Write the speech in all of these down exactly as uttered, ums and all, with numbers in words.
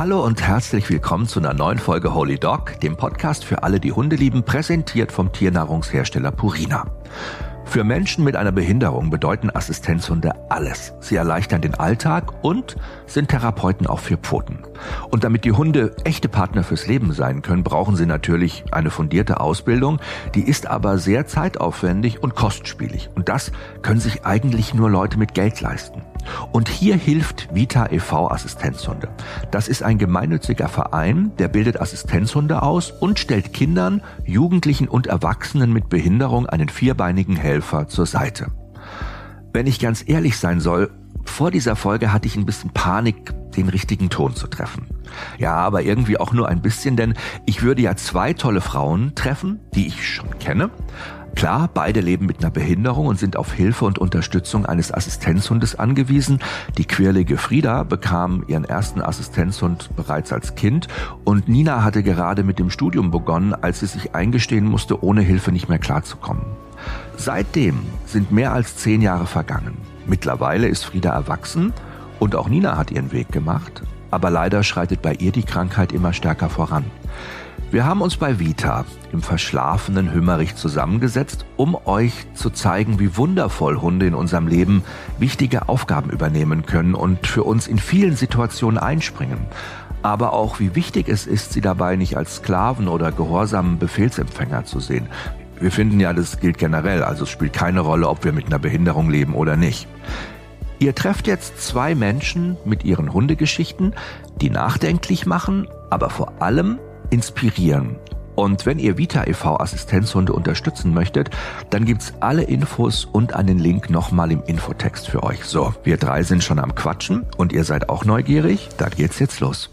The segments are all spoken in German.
Hallo und herzlich willkommen zu einer neuen Folge Holy Dog, dem Podcast für alle, die Hunde lieben, präsentiert vom Tiernahrungshersteller Purina. Für Menschen mit einer Behinderung bedeuten Assistenzhunde alles. Sie erleichtern den Alltag und sind Therapeuten auch für Pfoten. Und damit die Hunde echte Partner fürs Leben sein können, brauchen sie natürlich eine fundierte Ausbildung. Die ist aber sehr zeitaufwendig und kostspielig. Und das können sich eigentlich nur Leute mit Geld leisten. Und hier hilft Vita e V Assistenzhunde. Das ist ein gemeinnütziger Verein, der bildet Assistenzhunde aus und stellt Kindern, Jugendlichen und Erwachsenen mit Behinderung einen vierbeinigen Helfer zur Seite. Wenn ich ganz ehrlich sein soll, vor dieser Folge hatte ich ein bisschen Panik, den richtigen Ton zu treffen. Ja, aber irgendwie auch nur ein bisschen, denn ich würde ja zwei tolle Frauen treffen, die ich schon kenne. Klar, beide leben mit einer Behinderung und sind auf Hilfe und Unterstützung eines Assistenzhundes angewiesen. Die quirlige Frieda bekam ihren ersten Assistenzhund bereits als Kind und Nina hatte gerade mit dem Studium begonnen, als sie sich eingestehen musste, ohne Hilfe nicht mehr klarzukommen. Seitdem sind mehr als zehn Jahre vergangen. Mittlerweile ist Frieda erwachsen und auch Nina hat ihren Weg gemacht, aber leider schreitet bei ihr die Krankheit immer stärker voran. Wir haben uns bei Vita im verschlafenen Hümmerich zusammengesetzt, um euch zu zeigen, wie wundervoll Hunde in unserem Leben wichtige Aufgaben übernehmen können und für uns in vielen Situationen einspringen. Aber auch, wie wichtig es ist, sie dabei nicht als Sklaven oder gehorsamen Befehlsempfänger zu sehen. Wir finden ja, das gilt generell, also es spielt keine Rolle, ob wir mit einer Behinderung leben oder nicht. Ihr trefft jetzt zwei Menschen mit ihren Hundegeschichten, die nachdenklich machen, aber vor allem inspirieren. Und wenn ihr Vita e V Assistenzhunde unterstützen möchtet, dann gibt's alle Infos und einen Link nochmal im Infotext für euch. So, wir drei sind schon am Quatschen und ihr seid auch neugierig. Da geht's jetzt los.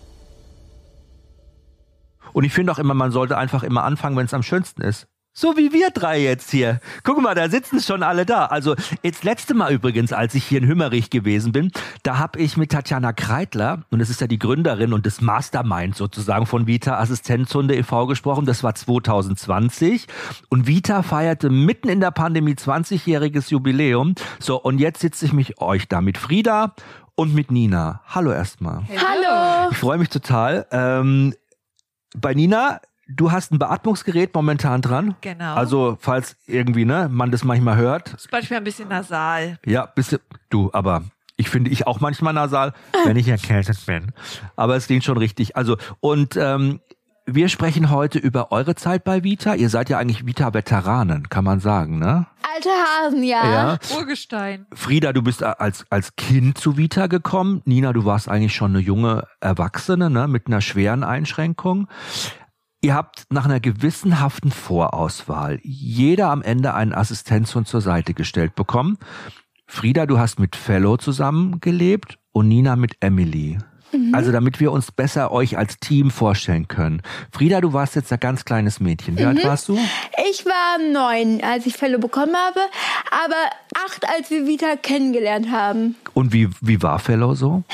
Und ich finde auch immer, man sollte einfach immer anfangen, wenn es am schönsten ist. So wie wir drei jetzt hier. Guck mal, da sitzen schon alle da. Also jetzt letzte Mal übrigens, als ich hier in Hümmerich gewesen bin, da habe ich mit Tatjana Kreitler, und das ist ja die Gründerin und das Mastermind sozusagen von Vita Assistenzhunde e V gesprochen. Das war zwanzig zwanzig und Vita feierte mitten in der Pandemie zwanzigjähriges Jubiläum. So, und jetzt sitze ich mit euch da, mit Frieda und mit Nina. Hallo erstmal. Hallo. Ich freue mich total. Ähm, bei Nina... Du hast ein Beatmungsgerät momentan dran. Genau. Also, falls irgendwie, ne, man das manchmal hört. Ist manchmal ein bisschen nasal. Ja, bisschen, du, aber ich finde ich auch manchmal nasal, wenn ich erkältet bin. Aber es klingt schon richtig. Also, und ähm, wir sprechen heute über eure Zeit bei Vita. Ihr seid ja eigentlich Vita-Veteranen, kann man sagen, ne? Alte Hasen, ja. ja. Urgestein. Frieda, du bist als als Kind zu Vita gekommen. Nina, du warst eigentlich schon eine junge Erwachsene, ne, mit einer schweren Einschränkung. Ihr habt nach einer gewissenhaften Vorauswahl jeder am Ende einen Assistenzhund zur Seite gestellt bekommen. Frieda, du hast mit Fellow zusammengelebt und Nina mit Emily. Mhm. Also damit wir uns besser euch als Team vorstellen können. Frieda, du warst jetzt ein ganz kleines Mädchen. Wie mhm. alt warst du? Ich war neun, als ich Fellow bekommen habe, aber acht, als wir Vita kennengelernt haben. Und wie, wie war Fellow so?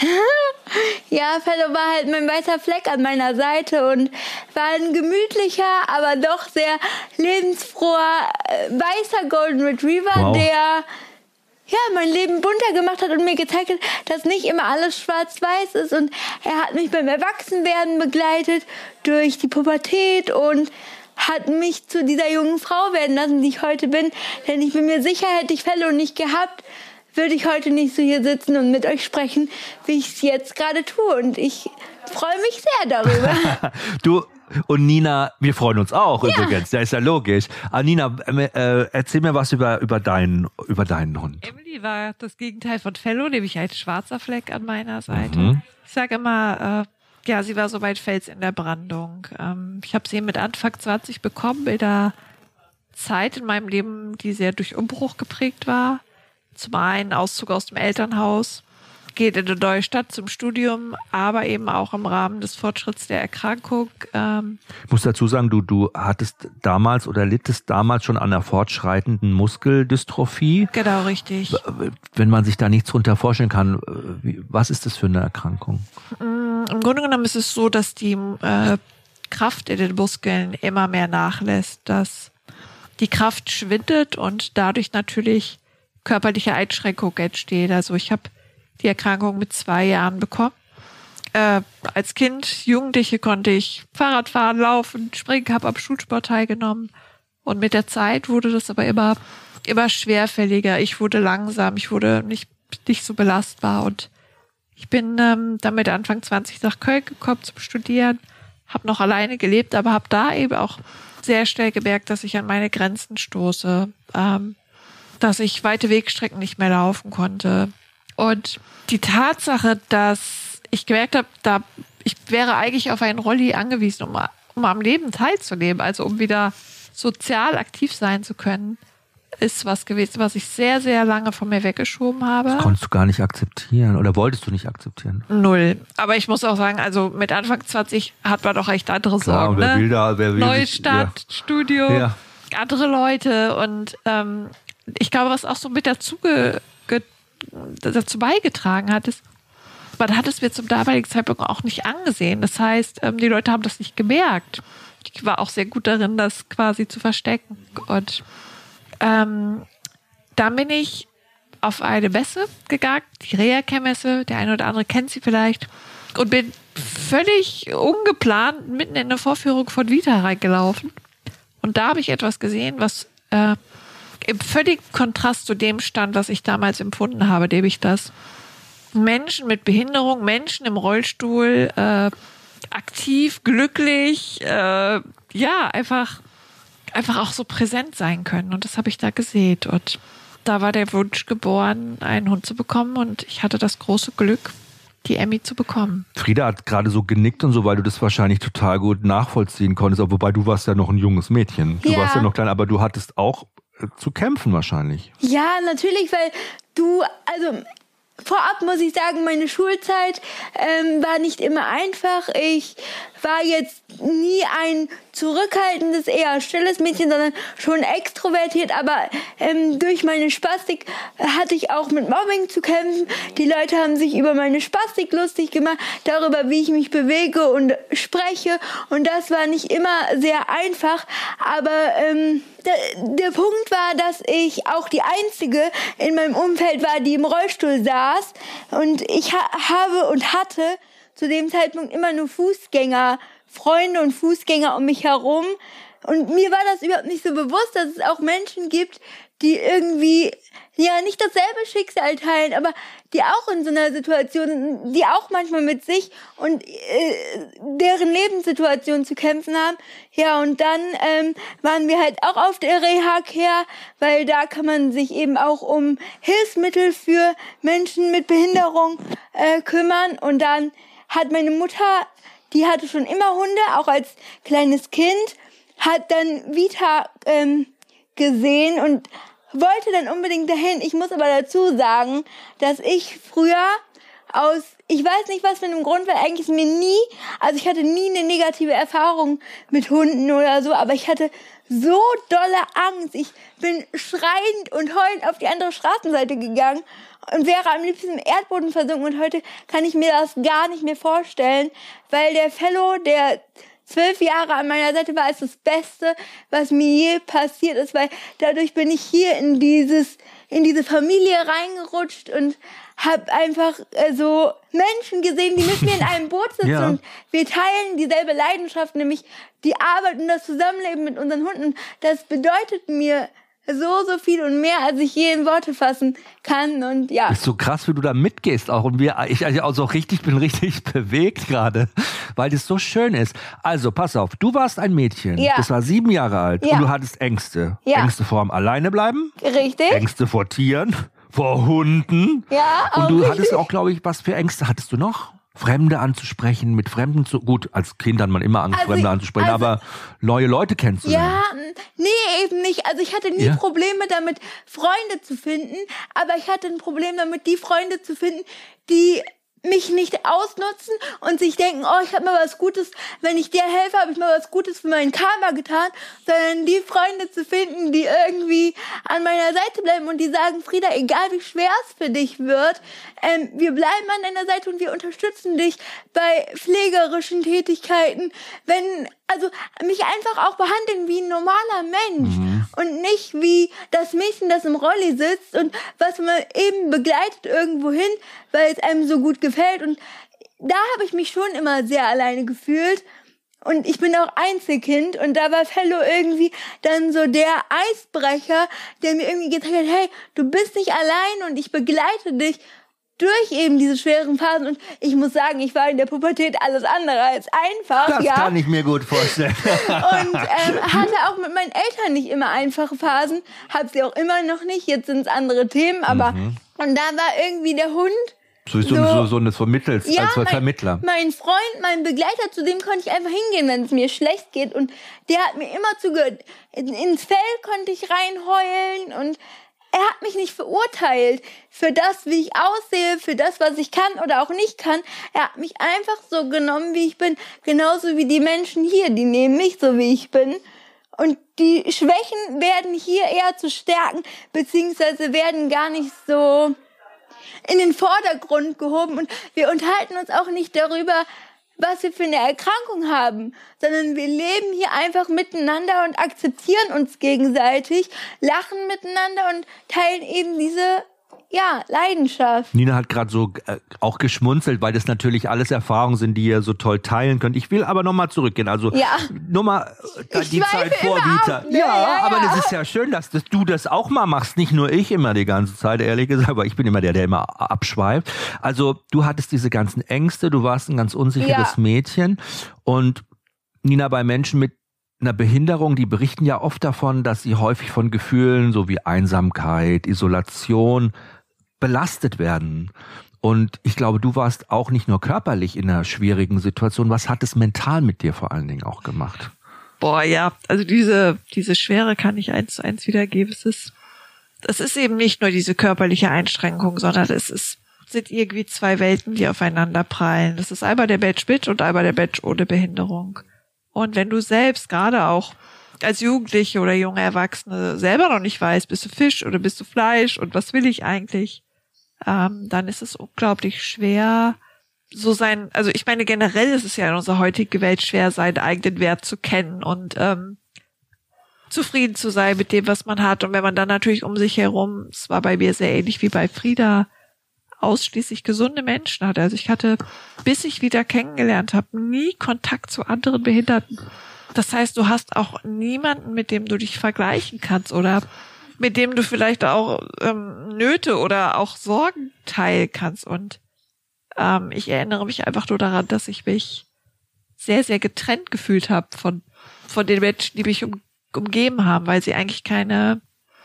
Ja, Fellow war halt mein weißer Fleck an meiner Seite und war ein gemütlicher, aber doch sehr lebensfroher, äh, weißer Golden Retriever, wow. der ja, mein Leben bunter gemacht hat und mir gezeigt hat, dass nicht immer alles schwarz-weiß ist. Und er hat mich beim Erwachsenwerden begleitet durch die Pubertät und hat mich zu dieser jungen Frau werden lassen, die ich heute bin. Denn ich bin mir sicher, hätte ich Fellow nicht gehabt, würde ich heute nicht so hier sitzen und mit euch sprechen, wie ich es jetzt gerade tue. Und ich freue mich sehr darüber. Du und Nina, wir freuen uns auch ja. übrigens. Ja, ist ja logisch. Aber Nina, äh, erzähl mir was über, über, deinen, über deinen Hund. Emily war das Gegenteil von Fellow, nämlich ein schwarzer Fleck an meiner Seite. Mhm. Ich sage immer, äh, ja, sie war so weit Fels in der Brandung. Ähm, ich habe sie mit Anfang zwanzig bekommen, in der Zeit in meinem Leben, die sehr durch Umbruch geprägt war. Zum einen Auszug aus dem Elternhaus, geht in eine neue Stadt zum Studium, aber eben auch im Rahmen des Fortschritts der Erkrankung. Ähm ich muss dazu sagen, du, du hattest damals oder littest damals schon an einer fortschreitenden Muskeldystrophie. Genau, richtig. Wenn man sich da nichts drunter vorstellen kann, wie, was ist das für eine Erkrankung? Im Grunde genommen ist es so, dass die äh, Kraft in den Muskeln immer mehr nachlässt, dass die Kraft schwindet und dadurch natürlich körperliche Einschränkung entsteht. Also ich habe die Erkrankung mit zwei Jahren bekommen. äh, als Kind, Jugendliche konnte ich Fahrrad fahren, laufen, springen, habe am Schulsport teilgenommen. Und mit der Zeit wurde das aber immer, immer schwerfälliger. Ich wurde langsam, ich wurde nicht, nicht so belastbar. Und ich bin ähm, dann mit Anfang zwanzig nach Köln gekommen zum Studieren, habe noch alleine gelebt, aber habe da eben auch sehr schnell gemerkt, dass ich an meine Grenzen stoße, ähm, dass ich weite Wegstrecken nicht mehr laufen konnte. Und die Tatsache, dass ich gemerkt habe, da ich wäre eigentlich auf einen Rolli angewiesen, um, um am Leben teilzunehmen, also um wieder sozial aktiv sein zu können, ist was gewesen, was ich sehr, sehr lange von mir weggeschoben habe. Das konntest du gar nicht akzeptieren oder wolltest du nicht akzeptieren? Null. Aber ich muss auch sagen, also mit Anfang zwanzig hat man doch echt andere Klar, Sorgen. wer Ne? will da, wer will Neue sich, Stadt, ja. Studio, Ja. andere Leute. Und ähm, ich glaube, was auch so mit dazu, ge, ge, dazu beigetragen hat, ist, man hat es mir zum damaligen Zeitpunkt auch nicht angesehen. Das heißt, ähm, die Leute haben das nicht gemerkt. Ich war auch sehr gut darin, das quasi zu verstecken. Und ähm, dann bin ich auf eine Messe gegangen, die Reha-Care-Messe, der eine oder andere kennt sie vielleicht, und bin völlig ungeplant mitten in eine Vorführung von Vita reingelaufen. Und da habe ich etwas gesehen, was äh, im völligen Kontrast zu dem stand, was ich damals empfunden habe, nämlich dass Menschen mit Behinderung, Menschen im Rollstuhl, äh, aktiv, glücklich, äh, ja, einfach, einfach auch so präsent sein können. Und das habe ich da gesehen. Und da war der Wunsch geboren, einen Hund zu bekommen. Und ich hatte das große Glück, die Emmy zu bekommen. Frieda hat gerade so genickt und so, weil du das wahrscheinlich total gut nachvollziehen konntest. Aber wobei du warst ja noch ein junges Mädchen. Du Ja. warst ja noch klein, aber du hattest auch äh, zu kämpfen wahrscheinlich. Ja, natürlich, weil du, also vorab muss ich sagen, meine Schulzeit ähm, war nicht immer einfach. Ich war jetzt nie ein zurückhaltendes, eher stilles Mädchen, sondern schon extrovertiert. Aber ähm, durch meine Spastik hatte ich auch mit Mobbing zu kämpfen. Die Leute haben sich über meine Spastik lustig gemacht, darüber, wie ich mich bewege und spreche. Und das war nicht immer sehr einfach. Aber ähm, der, der Punkt war, dass ich auch die Einzige in meinem Umfeld war, die im Rollstuhl saß. Und ich ha- habe und hatte zu dem Zeitpunkt immer nur Fußgänger, Freunde und Fußgänger um mich herum. Und mir war das überhaupt nicht so bewusst, dass es auch Menschen gibt, die irgendwie, ja, nicht dasselbe Schicksal teilen, aber die auch in so einer Situation sind, die auch manchmal mit sich und äh, deren Lebenssituation zu kämpfen haben. Ja, und dann ähm, waren wir halt auch auf der Reha-Care, weil da kann man sich eben auch um Hilfsmittel für Menschen mit Behinderung äh, kümmern. Und dann hat meine Mutter, die hatte schon immer Hunde, auch als kleines Kind, hat dann Vita ähm, gesehen und wollte dann unbedingt dahin. Ich muss aber dazu sagen, dass ich früher aus, ich weiß nicht was für einem Grund, weil eigentlich mir nie, also ich hatte nie eine negative Erfahrung mit Hunden oder so, aber ich hatte so dolle Angst. Ich bin schreiend und heulend auf die andere Straßenseite gegangen und wäre am liebsten im Erdboden versunken. Und heute kann ich mir das gar nicht mehr vorstellen, weil der Fellow, der zwölf Jahre an meiner Seite war, ist das Beste, was mir je passiert ist, weil dadurch bin ich hier in dieses, in diese Familie reingerutscht und habe einfach äh, so Menschen gesehen, die mit mir in einem Boot sitzen Ja. und wir teilen dieselbe Leidenschaft, nämlich die Arbeit und das Zusammenleben mit unseren Hunden. Das bedeutet mir so, so viel und mehr, als ich je in Worte fassen kann. Und ja. Ist so krass, wie du da mitgehst auch. Und wir, ich also auch so richtig, bin richtig bewegt gerade, weil das so schön ist. Also, pass auf, du warst ein Mädchen. Ja. Das war sieben Jahre alt. Ja. Und du hattest Ängste. Ja. Ängste vor dem Alleinebleiben. Richtig? Ängste vor Tieren. Vor Hunden. Ja, auch Und du richtig. hattest auch, glaube ich, was für Ängste hattest du noch? Fremde anzusprechen, mit Fremden zu... Gut, als Kind hat man immer Angst, Also, Fremde anzusprechen, also- aber neue Leute kennenzulernen. Ja, nee, eben nicht. Also ich hatte nie Ja. Probleme damit, Freunde zu finden, aber ich hatte ein Problem damit, die Freunde zu finden, die mich nicht ausnutzen und sich denken, oh, ich habe mal was Gutes, wenn ich dir helfe, habe ich mal was Gutes für meinen Karma getan, sondern die Freunde zu finden, die irgendwie an meiner Seite bleiben und die sagen, Frieda, egal wie schwer es für dich wird, ähm, wir bleiben an deiner Seite und wir unterstützen dich bei pflegerischen Tätigkeiten, wenn, also mich einfach auch behandeln wie ein normaler Mensch. Mhm. und nicht wie das Mädchen, das im Rolli sitzt und was man eben begleitet irgendwo hin, weil es einem so gut gefällt. Und da habe ich mich schon immer sehr alleine gefühlt. Und ich bin auch Einzelkind und da war Fellow irgendwie dann so der Eisbrecher, der mir irgendwie gezeigt hat, hey, du bist nicht allein und ich begleite dich durch eben diese schweren Phasen. Und ich muss sagen, ich war in der Pubertät alles andere als einfach. Das ja. kann ich mir gut vorstellen. Und ähm, hatte auch mit meinen Eltern nicht immer einfache Phasen. Hab sie auch immer noch nicht. Jetzt sind es andere Themen. Aber mhm. und da war irgendwie der Hund So ist so, so, so eine Vermittels, ja, als mein, Vermittler. Mein Freund, mein Begleiter, zu dem konnte ich einfach hingehen, wenn es mir schlecht geht. Und der hat mir immer zugehört. In, ins Fell konnte ich reinheulen und er hat mich nicht verurteilt für das, wie ich aussehe, für das, was ich kann oder auch nicht kann. Er hat mich einfach so genommen, wie ich bin. Genauso wie die Menschen hier, die nehmen mich so, wie ich bin. Und die Schwächen werden hier eher zu Stärken, beziehungsweise werden gar nicht so in den Vordergrund gehoben. Und wir unterhalten uns auch nicht darüber, was wir für eine Erkrankung haben, sondern wir leben hier einfach miteinander und akzeptieren uns gegenseitig, lachen miteinander und teilen eben diese, ja, Leidenschaft. Nina hat gerade so äh, auch geschmunzelt, weil das natürlich alles Erfahrungen sind, die ihr so toll teilen könnt. Ich will aber nochmal zurückgehen, also ja. nochmal äh, die Zeit vor Vita. Ab, ne? ja, ja, ja, aber das ist ja schön, dass, dass du das auch mal machst, nicht nur ich immer die ganze Zeit, ehrlich gesagt, aber ich bin immer der, der immer abschweift. Also du hattest diese ganzen Ängste, du warst ein ganz unsicheres ja. Mädchen und Nina, bei Menschen mit einer Behinderung, die berichten ja oft davon, dass sie häufig von Gefühlen so wie Einsamkeit, Isolation belastet werden. Und ich glaube, du warst auch nicht nur körperlich in einer schwierigen Situation. Was hat es mental mit dir vor allen Dingen auch gemacht? Boah, ja, also diese diese Schwere kann ich eins zu eins wiedergeben. Es ist, es ist eben nicht nur diese körperliche Einschränkung, sondern es ist, sind irgendwie zwei Welten, die aufeinander prallen. Das ist einmal der Mensch mit und einmal der Mensch ohne Behinderung. Und wenn du selbst gerade auch als Jugendliche oder junge Erwachsene selber noch nicht weißt, bist du Fisch oder bist du Fleisch und was will ich eigentlich, ähm, dann ist es unglaublich schwer, so sein, also ich meine, generell ist es ja in unserer heutigen Welt schwer, seinen eigenen Wert zu kennen und ähm, zufrieden zu sein mit dem, was man hat. Und wenn man dann natürlich um sich herum, es war bei mir sehr ähnlich wie bei Frieda, ausschließlich gesunde Menschen hatte. Also ich hatte, bis ich wieder kennengelernt habe, nie Kontakt zu anderen Behinderten. Das heißt, du hast auch niemanden, mit dem du dich vergleichen kannst oder mit dem du vielleicht auch ähm, Nöte oder auch Sorgen teilen kannst. Und ähm, ich erinnere mich einfach nur daran, dass ich mich sehr, sehr getrennt gefühlt habe von von den Menschen, die mich um, umgeben haben, weil sie eigentlich keine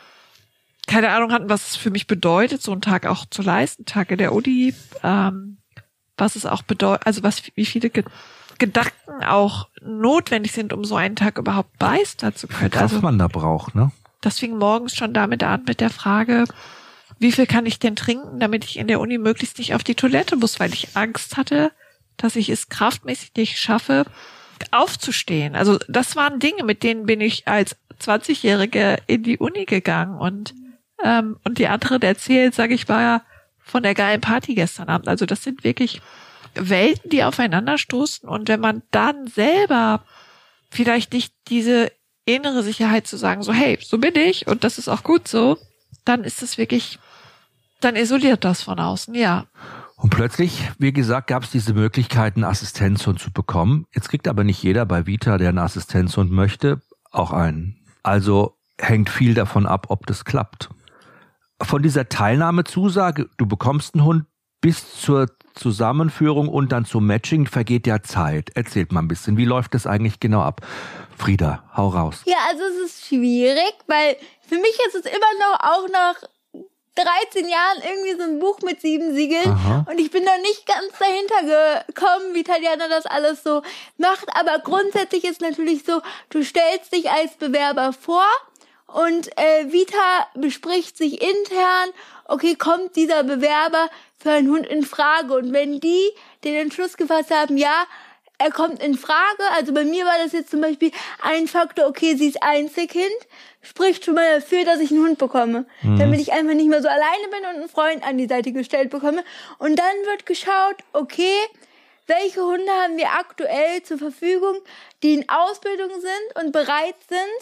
keine Ahnung hatten, was es für mich bedeutet, so einen Tag auch zu leisten, Tag in der Uni, ähm, was es auch bedeutet, also was wie viele Ge- Gedanken auch notwendig sind, um so einen Tag überhaupt meistern zu können. Was also, man da braucht, ne? Das fing morgens schon damit an mit der Frage, wie viel kann ich denn trinken, damit ich in der Uni möglichst nicht auf die Toilette muss, weil ich Angst hatte, dass ich es kraftmäßig nicht schaffe, aufzustehen. Also das waren Dinge, mit denen bin ich als zwanzigjährige in die Uni gegangen und ähm, und die andere erzählt, sage ich, war ja von der geilen Party gestern Abend. Also das sind wirklich Welten, die aufeinanderstoßen und wenn man dann selber vielleicht nicht diese innere Sicherheit zu sagen, so hey, so bin ich und das ist auch gut so, dann ist es wirklich, dann isoliert das von außen, ja. Und plötzlich, wie gesagt, gab es diese Möglichkeit, einen Assistenzhund zu bekommen. Jetzt kriegt aber nicht jeder bei Vita, der einen Assistenzhund möchte, auch einen. Also hängt viel davon ab, ob das klappt. Von dieser Teilnahmezusage, du bekommst einen Hund, bis zur Zusammenführung und dann zum Matching vergeht ja Zeit. Erzählt mal ein bisschen, wie läuft das eigentlich genau ab? Frieda, hau raus. Ja, also es ist schwierig, weil für mich ist es immer noch, auch nach dreizehn Jahren irgendwie so ein Buch mit sieben Siegeln. Aha. Und ich bin noch nicht ganz dahinter gekommen, wie Tatjana das alles so macht. Aber grundsätzlich ist natürlich so, du stellst dich als Bewerber vor und äh, Vita bespricht sich intern, okay, kommt dieser Bewerber für einen Hund in Frage? Und wenn die den Entschluss gefasst haben, ja, er kommt in Frage, also bei mir war das jetzt zum Beispiel ein Faktor, okay, sie ist Einzelkind, spricht schon mal dafür, dass ich einen Hund bekomme, mhm. damit ich einfach nicht mehr so alleine bin und einen Freund an die Seite gestellt bekomme. Und dann wird geschaut, okay, welche Hunde haben wir aktuell zur Verfügung, die in Ausbildung sind und bereit sind,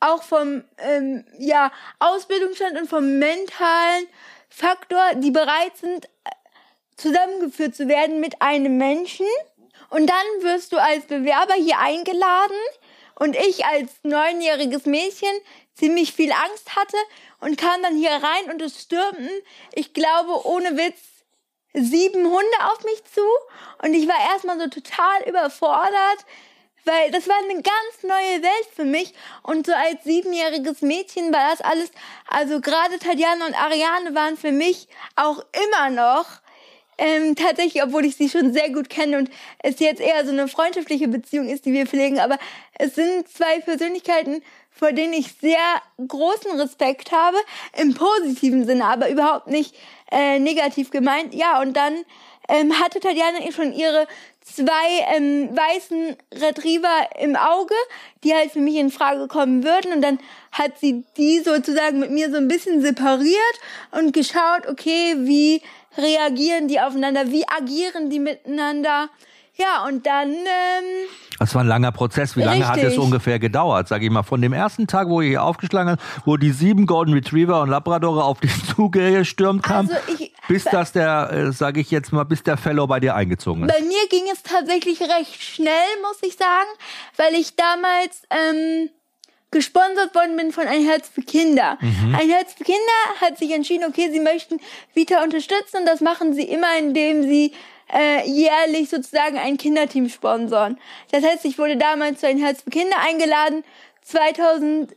auch vom ähm, ja, Ausbildungsstand und vom mentalen Faktor, die bereit sind, zusammengeführt zu werden mit einem Menschen. Und dann wirst du als Bewerber hier eingeladen und ich als neunjähriges Mädchen ziemlich viel Angst hatte und kam dann hier rein und es stürmten, ich glaube, ohne Witz, sieben Hunde auf mich zu und ich war erstmal so total überfordert, weil das war eine ganz neue Welt für mich und so als siebenjähriges Mädchen war das alles, also gerade Tatjana und Ariane waren für mich auch immer noch ähm, tatsächlich, obwohl ich sie schon sehr gut kenne und es jetzt eher so eine freundschaftliche Beziehung ist, die wir pflegen, aber es sind zwei Persönlichkeiten, vor denen ich sehr großen Respekt habe, im positiven Sinne, aber überhaupt nicht äh, negativ gemeint. Ja, und dann ähm, hatte Tatjana eh schon ihre zwei ähm, weißen Retriever im Auge, die halt für mich in Frage kommen würden. Und dann hat sie die sozusagen mit mir so ein bisschen separiert und geschaut, okay, wie reagieren die aufeinander, wie agieren die miteinander. Ja, und dann... Ähm, das war ein langer Prozess. Wie lange richtig. hat es ungefähr gedauert, sage ich mal? Von dem ersten Tag, wo ihr hier aufgeschlagen habt, wo die sieben Golden Retriever und Labradore auf dich zugestürmt kamen, also ich, bis das der, äh, sage ich jetzt mal, bis der Fellow bei dir eingezogen ist? Bei mir ging es tatsächlich recht schnell, muss ich sagen, weil ich damals ähm, gesponsert worden bin von Ein Herz für Kinder. Mhm. Ein Herz für Kinder hat sich entschieden, okay, sie möchten Vita unterstützen und das machen sie immer, indem sie Äh, jährlich sozusagen ein Kinderteam sponsoren. Das heißt, ich wurde damals zu Ein Herz für Kinder eingeladen, zweitausendacht.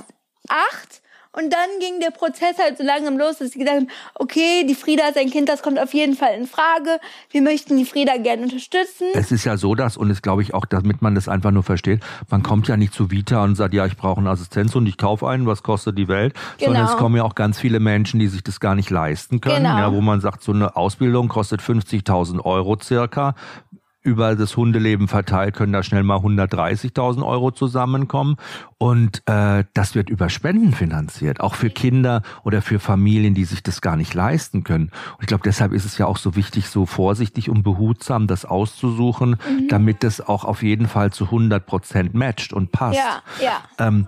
Und dann ging der Prozess halt so langsam los, dass sie gesagt haben, okay, die Frieda ist ein Kind, das kommt auf jeden Fall in Frage. Wir möchten die Frieda gerne unterstützen. Es ist ja so, dass, und es glaube ich auch, damit man das einfach nur versteht, man kommt ja nicht zu Vita und sagt, ja, ich brauche einen Assistenzhund, ich kaufe einen, was kostet die Welt? Genau. Sondern es kommen ja auch ganz viele Menschen, die sich das gar nicht leisten können. Genau. Ja, wo man sagt, so eine Ausbildung kostet fünfzigtausend Euro circa. Über das Hundeleben verteilt können da schnell mal hundertdreißigtausend Euro zusammenkommen. Und äh, das wird über Spenden finanziert, auch für Kinder oder für Familien, die sich das gar nicht leisten können. Und ich glaube, deshalb ist es ja auch so wichtig, so vorsichtig und behutsam das auszusuchen, mhm. damit das auch auf jeden Fall zu hundert Prozent matcht und passt. Ja, ja. Ähm,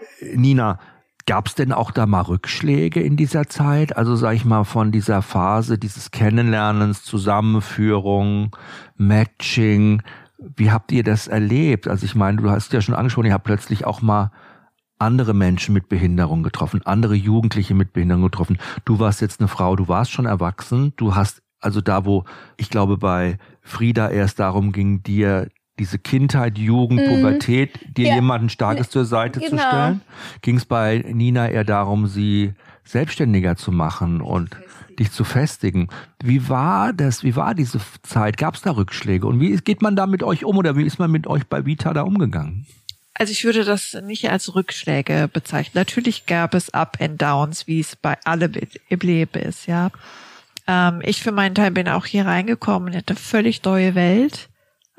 Nina, gab es denn auch da mal Rückschläge in dieser Zeit? Also sag ich mal von dieser Phase dieses Kennenlernens, Zusammenführung, Matching. Wie habt ihr das erlebt? Also ich meine, du hast ja schon angesprochen, ihr habt plötzlich auch mal andere Menschen mit Behinderung getroffen, andere Jugendliche mit Behinderung getroffen. Du warst jetzt eine Frau, du warst schon erwachsen. Du hast also da, wo ich glaube bei Frieda erst darum ging, dir diese Kindheit, Jugend, mhm. Pubertät, dir ja. jemanden Starkes zur Seite genau. zu stellen, ging es bei Nina eher darum, sie selbstständiger zu machen und dich zu festigen. Wie war das? Wie war diese Zeit? Gab es da Rückschläge? Und wie geht man da mit euch um oder wie ist man mit euch bei Vita da umgegangen? Also ich würde das nicht als Rückschläge bezeichnen. Natürlich gab es Up and Downs, wie es bei allem im Leben ist, ja. Ähm, ich für meinen Teil bin auch hier reingekommen in eine völlig neue Welt.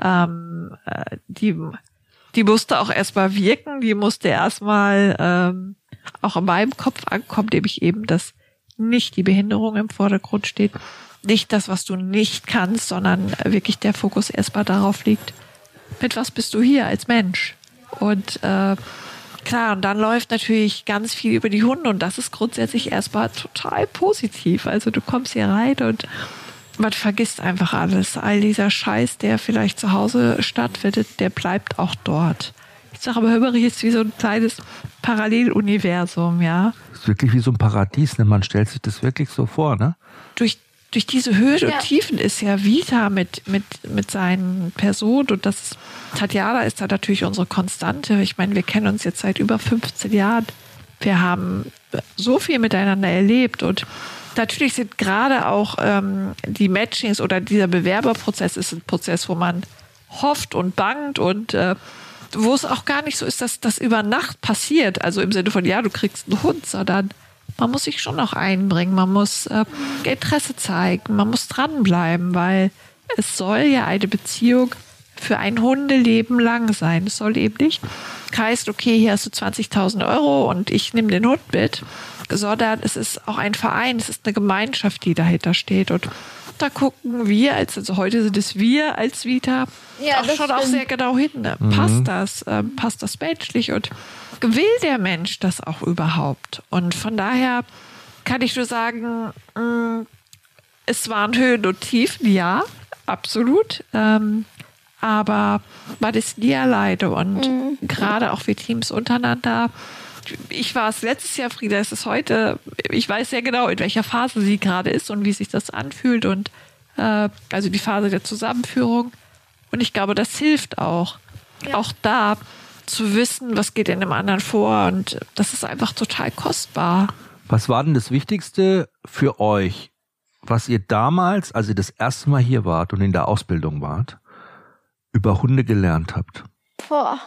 Ähm, die, die musste auch erstmal wirken, die musste erstmal ähm, auch in meinem Kopf ankommen, nämlich eben, dass nicht die Behinderung im Vordergrund steht, nicht das, was du nicht kannst, sondern wirklich der Fokus erstmal darauf liegt, mit was bist du hier als Mensch? Und äh, klar, und dann läuft natürlich ganz viel über die Hunde und das ist grundsätzlich erstmal total positiv. Also du kommst hier rein und man vergisst einfach alles. All dieser Scheiß, der vielleicht zu Hause stattfindet, der bleibt auch dort. Ich sage aber, Höberi ist wie so ein kleines Paralleluniversum, ja. Das ist wirklich wie so ein Paradies, ne? Man stellt sich das wirklich so vor, ne? Durch, durch diese Höhen ja. und Tiefen ist ja Vita mit, mit, mit seinen Personen und das Tatjana ist da natürlich unsere Konstante. Ich meine, wir kennen uns jetzt seit über fünfzehn Jahren. Wir haben so viel miteinander erlebt und natürlich sind gerade auch ähm, die Matchings oder dieser Bewerberprozess ist ein Prozess, wo man hofft und bangt und äh, wo es auch gar nicht so ist, dass das über Nacht passiert. Also im Sinne von, ja, du kriegst einen Hund, sondern man muss sich schon noch einbringen, man muss äh, Interesse zeigen, man muss dranbleiben, weil es soll ja eine Beziehung für ein Hundeleben lang sein. Es soll eben nicht heißt, okay, hier hast du zwanzigtausend Euro und ich nehme den Hund mit, sondern es ist auch ein Verein, es ist eine Gemeinschaft, die dahinter steht. Und da gucken wir, als, also heute sind es wir als Vita, ja, auch schon stimmt. auch sehr genau hin. Ne? Mhm. Passt das? Ähm, passt das menschlich? Und will der Mensch das auch überhaupt? Und von daher kann ich nur sagen, mh, es waren Höhen und Tiefen, ja, absolut. Ähm, aber man ist nie alleine und mhm. gerade auch wir Teams untereinander. Ich war es letztes Jahr, Frieda ist es heute. Ich weiß sehr genau, in welcher Phase sie gerade ist und wie sich das anfühlt und äh, also die Phase der Zusammenführung. Und ich glaube, das hilft auch. Ja. Auch da zu wissen, was geht in dem anderen vor und das ist einfach total kostbar. Was war denn das Wichtigste für euch, was ihr damals, als ihr das erste Mal hier wart und in der Ausbildung wart, über Hunde gelernt habt? Boah,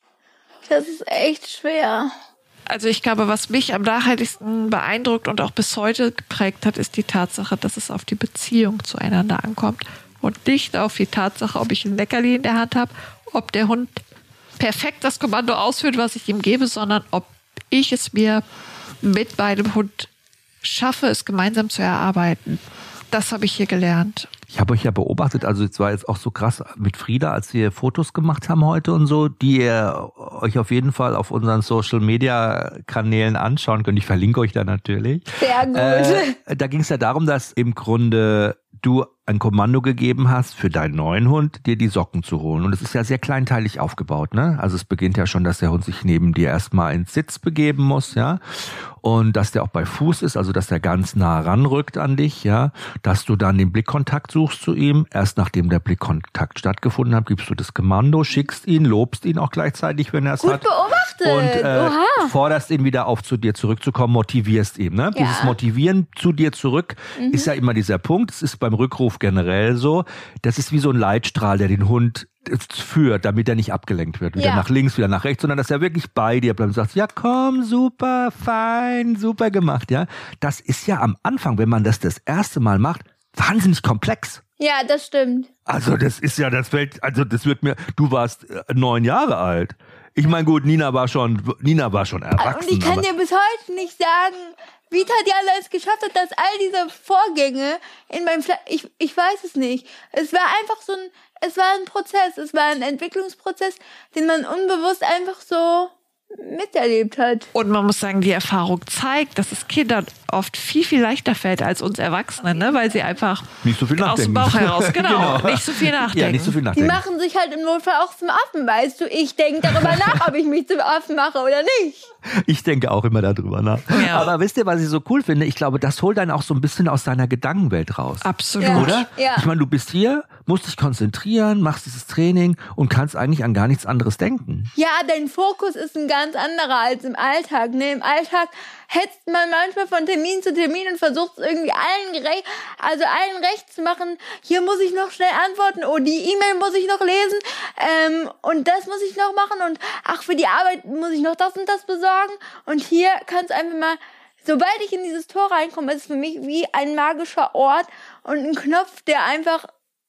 das ist echt schwer. Also ich glaube, was mich am nachhaltigsten beeindruckt und auch bis heute geprägt hat, ist die Tatsache, dass es auf die Beziehung zueinander ankommt und nicht auf die Tatsache, ob ich ein Leckerli in der Hand habe, ob der Hund perfekt das Kommando ausführt, was ich ihm gebe, sondern ob ich es mir mit meinem Hund schaffe, es gemeinsam zu erarbeiten. Das habe ich hier gelernt. Ich habe euch ja beobachtet, also es war jetzt auch so krass mit Frieda, als wir Fotos gemacht haben heute und so, die ihr euch auf jeden Fall auf unseren Social-Media-Kanälen anschauen könnt. Ich verlinke euch da natürlich. Sehr gut. Äh, da ging es ja darum, dass im Grunde du ein Kommando gegeben hast für deinen neuen Hund, dir die Socken zu holen. Und es ist ja sehr kleinteilig aufgebaut, ne? Also es beginnt ja schon, dass der Hund sich neben dir erstmal ins Sitz begeben muss, ja? Und dass der auch bei Fuß ist, also dass der ganz nah ranrückt an dich, ja? Dass du dann den Blickkontakt suchst zu ihm. Erst nachdem der Blickkontakt stattgefunden hat, gibst du das Kommando, schickst ihn, lobst ihn auch gleichzeitig, wenn er es hat. Gut beobachtet. Und äh, forderst ihn wieder auf, zu dir zurückzukommen, motivierst ihn, ne? Ja. Dieses Motivieren zu dir zurück mhm. ist ja immer dieser Punkt. Es ist beim Rückruf generell so. Das ist wie so ein Leitstrahl, der den Hund führt, damit er nicht abgelenkt wird. Wieder ja. nach links, wieder nach rechts, sondern dass er wirklich bei dir bleibt und sagt, ja komm, super, fein, super gemacht, ja. Das ist ja am Anfang, wenn man das das erste Mal macht, wahnsinnig komplex. Ja, das stimmt. Also das ist ja, das fällt, also das wird mir, du warst äh, neun Jahre alt. Ich meine, gut, Nina war schon, Nina war schon erwachsen. Und ich kann dir bis heute nicht sagen, wie Tatjana es geschafft hat, dass all diese Vorgänge in meinem Fle- ich ich weiß es nicht. Es war einfach so ein es war ein Prozess, es war ein Entwicklungsprozess, den man unbewusst einfach so miterlebt hat. Und man muss sagen, die Erfahrung zeigt, dass es Kindern oft viel, viel leichter fällt als uns Erwachsenen, ne? Weil sie einfach nicht so viel aus dem Bauch heraus, genau, genau, nicht so viel nachdenken. Ja, nicht so viel nachdenken. Die machen sich halt im Notfall auch zum Affen, weißt du. Ich denke darüber nach, ob ich mich zum Affen mache oder nicht. Ich denke auch immer darüber nach. Ja. Aber wisst ihr, was ich so cool finde? Ich glaube, das holt einen auch so ein bisschen aus deiner Gedankenwelt raus. Absolut. Ja. Oder? Ja. Ich meine, du bist hier, musst dich konzentrieren, machst dieses Training und kannst eigentlich an gar nichts anderes denken. Ja, dein Fokus ist ein ganz anderer als im Alltag. Ne? Im Alltag hetzt man manchmal von Termin zu Termin und versucht es irgendwie allen gerecht, also allen recht zu machen. Hier muss ich noch schnell antworten, oh, die E-Mail muss ich noch lesen ähm, und das muss ich noch machen und ach, für die Arbeit muss ich noch das und das besorgen. Und hier kannst du einfach mal, sobald ich in dieses Tor reinkomme, ist es für mich wie ein magischer Ort und ein Knopf, der einfach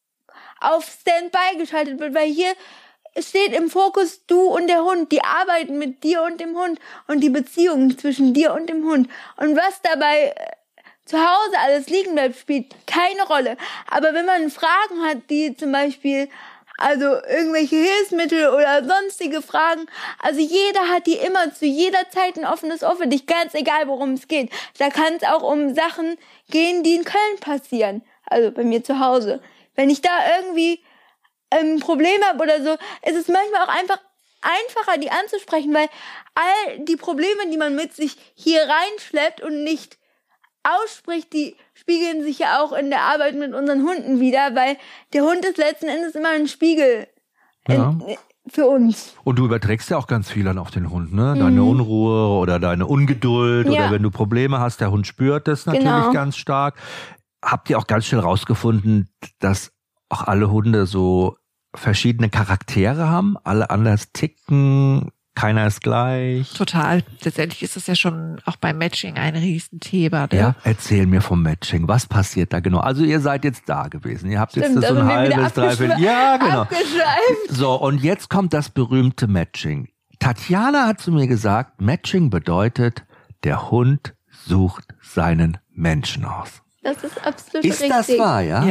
auf Standby geschaltet wird, weil hier steht im Fokus du und der Hund, die arbeiten mit dir und dem Hund und die Beziehung zwischen dir und dem Hund. Und was dabei zu Hause alles liegen bleibt, spielt keine Rolle. Aber wenn man Fragen hat, die zum Beispiel, also irgendwelche Hilfsmittel oder sonstige Fragen, also jeder hat die immer zu jeder Zeit ein offenes Ohr für dich, ganz egal, worum es geht. Da kann es auch um Sachen gehen, die in Köln passieren, also bei mir zu Hause. Wenn ich da irgendwie ein Problem habe oder so, ist es manchmal auch einfach einfacher, die anzusprechen, weil all die Probleme, die man mit sich hier reinschleppt und nicht ausspricht, die spiegeln sich ja auch in der Arbeit mit unseren Hunden wieder, weil der Hund ist letzten Endes immer ein Spiegel ja. in, für uns. Und du überträgst ja auch ganz viel dann auf den Hund, ne? Deine mhm. Unruhe oder deine Ungeduld ja. oder wenn du Probleme hast, der Hund spürt das natürlich genau. ganz stark. Habt ihr auch ganz schnell rausgefunden, dass auch alle Hunde so verschiedene Charaktere haben, alle anders ticken, keiner ist gleich? Total. Letztendlich ist das ja schon auch beim Matching ein Riesenthema. Ne? Ja, erzähl mir vom Matching. Was passiert da genau? Also ihr seid jetzt da gewesen. Ihr habt Stimmt, jetzt so ein halbes, dreiviertel. Ja, genau. So, und jetzt kommt das berühmte Matching. Tatjana hat zu mir gesagt, Matching bedeutet, der Hund sucht seinen Menschen aus. Das ist absolut ist richtig. Ist das wahr, ja? Ja.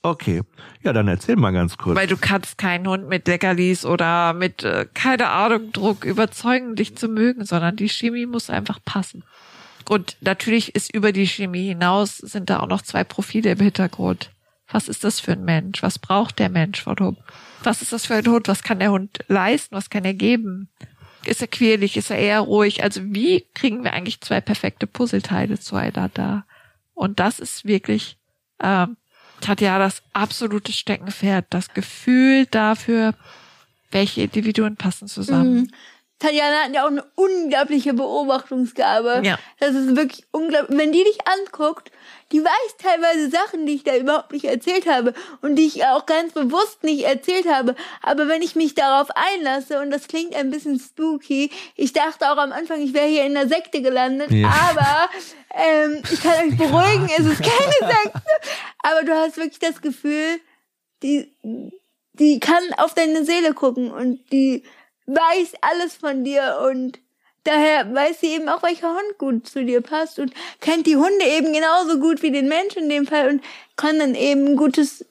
Okay, ja, dann erzähl mal ganz kurz. Weil du kannst keinen Hund mit Leckerlis oder mit, äh, keine Ahnung, Druck überzeugen, dich zu mögen, sondern die Chemie muss einfach passen. Und natürlich ist über die Chemie hinaus, sind da auch noch zwei Profile im Hintergrund. Was ist das für ein Mensch? Was braucht der Mensch von Hund? Was ist das für ein Hund? Was kann der Hund leisten? Was kann er geben? Ist er quirlig? Ist er eher ruhig? Also wie kriegen wir eigentlich zwei perfekte Puzzleteile zueinander? Und das ist wirklich ähm, Tatjana das absolute Steckenpferd. Das Gefühl dafür, welche Individuen passen zusammen. Mhm. Tatjana hat ja auch eine unglaubliche Beobachtungsgabe. Ja. Das ist wirklich unglaublich. Wenn die dich anguckt, die weiß teilweise Sachen, die ich da überhaupt nicht erzählt habe und die ich auch ganz bewusst nicht erzählt habe. Aber wenn ich mich darauf einlasse, und das klingt ein bisschen spooky, ich dachte auch am Anfang, ich wäre hier in einer Sekte gelandet, ja. aber ähm, ich kann euch beruhigen, es ist keine Sekte. Aber du hast wirklich das Gefühl, die, die kann auf deine Seele gucken und die weiß alles von dir und daher weiß sie eben auch, welcher Hund gut zu dir passt und kennt die Hunde eben genauso gut wie den Menschen in dem Fall und kann dann eben ein gutes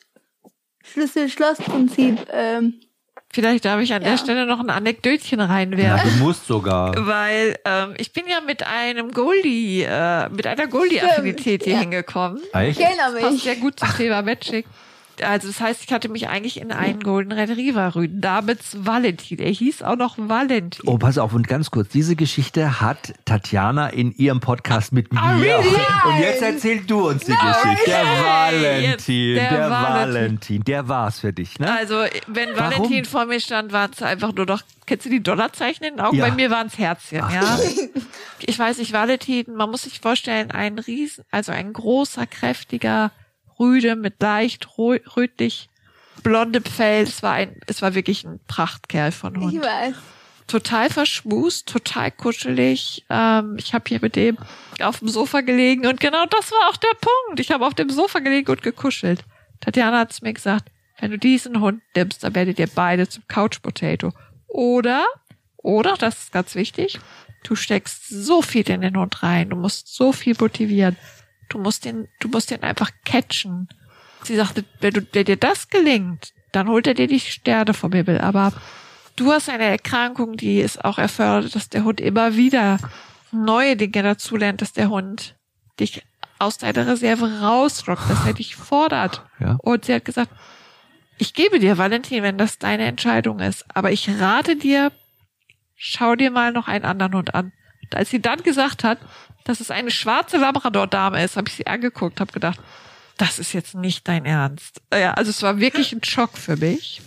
Schlüssel-Schloss-Prinzip. Ähm, Vielleicht darf ich an ja. der Stelle noch ein Anekdötchen reinwerfen. Ja, du musst sogar. Weil ähm, ich bin ja mit einem Goldie, äh, mit einer Goldie-Affinität hier ja. hingekommen. Echt? Ich erinnere mich. Das passt sehr gut zum Thema Matching. Also das heißt, ich hatte mich eigentlich in einen Golden Retriever rüden, namens Valentin. Er hieß auch noch Valentin. Oh, pass auf, und ganz kurz, diese Geschichte hat Tatjana in ihrem Podcast mit mir. Ah, really? Und jetzt erzähl du uns die Nein. Geschichte. Der Valentin, Der der, Valentin. Valentin, der war's für dich, ne? Also, wenn Warum? Valentin vor mir stand, waren es einfach nur noch, kennst du die Dollarzeichen in den Augen? Ja. Bei mir waren es Herzchen, Ach. ja. Ich weiß nicht, Valentin, man muss sich vorstellen, ein Riesen, also ein großer, kräftiger Rüde mit leicht rötlich blondem Fell. Es war ein, es war wirklich ein Prachtkerl von Hund. Ich weiß. Total verschmust, total kuschelig. Ähm, ich habe hier mit dem auf dem Sofa gelegen und genau das war auch der Punkt. Ich habe auf dem Sofa gelegen und gekuschelt. Tatjana hat es mir gesagt, wenn du diesen Hund nimmst, dann werdet ihr beide zum Couch Potato. Oder, oder, das ist ganz wichtig, du steckst so viel in den Hund rein, du musst so viel motivieren. Du musst den, du musst den einfach catchen. Sie sagte, wenn, du, wenn dir das gelingt, dann holt er dir die Sterne vom Himmel. Aber du hast eine Erkrankung, die es auch erfordert, dass der Hund immer wieder neue Dinge dazulernt, dass der Hund dich aus deiner Reserve rausrockt, dass er dich fordert. Ja. Und sie hat gesagt, ich gebe dir, Valentin, wenn das deine Entscheidung ist, aber ich rate dir, schau dir mal noch einen anderen Hund an. Und als sie dann gesagt hat, dass es eine schwarze Labrador-Dame ist, habe ich sie angeguckt, habe gedacht, das ist jetzt nicht dein Ernst. Ja, also es war wirklich ein Schock für mich.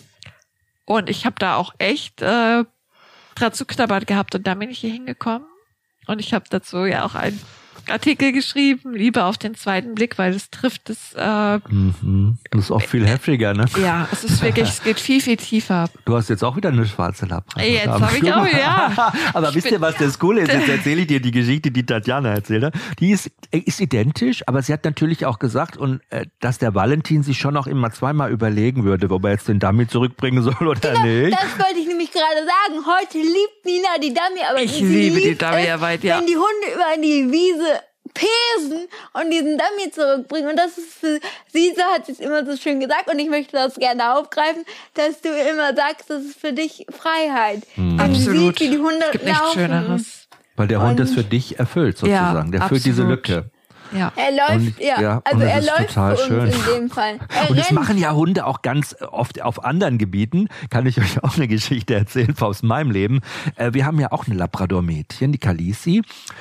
Und ich habe da auch echt äh, dran zu knabbern gehabt. Und da bin ich hier hingekommen. Und ich habe dazu ja auch einen Artikel geschrieben, Liebe auf den zweiten Blick, weil es trifft es. Äh, mhm. Das ist auch viel heftiger, ne? Ja, es ist wirklich, es geht viel, viel tiefer. Du hast jetzt auch wieder eine schwarze Labrador. Jetzt habe ich auch, ja. Aber ich wisst ihr, was das Coole ist? Jetzt erzähle ich dir die Geschichte, die Tatjana erzählt hat. Die ist, ist identisch, aber sie hat natürlich auch gesagt, und äh, dass der Valentin sich schon noch immer zweimal überlegen würde, ob er jetzt den Dummy zurückbringen soll oder genau, nicht. Das wollte ich nämlich gerade sagen. Heute liebt Nina die Dummy, aber ich sie liebe liebt die Dummy es, Arbeit, ja. wenn die Hunde über die Wiese pesen und diesen Dummy zurückbringen. Und das ist für sie, so hat sie es immer so schön gesagt, und ich möchte das gerne aufgreifen, dass du immer sagst, das ist für dich Freiheit. Mhm. Wenn Absolut. Sie sieht, wie die Hunde es gibt nichts laufen. Schöneres. Weil der Hund es für dich erfüllt, sozusagen. Ja, der füllt diese absolut. Lücke. Ja. Er läuft, Und, ja, ja, also und er das ist läuft total für uns schön. in dem Fall. Er Und das rennt. machen ja Hunde auch ganz oft auf anderen Gebieten. Kann ich euch auch eine Geschichte erzählen aus meinem Leben. Äh, wir haben ja auch eine Labrador-Mädchen, die Khaleesi.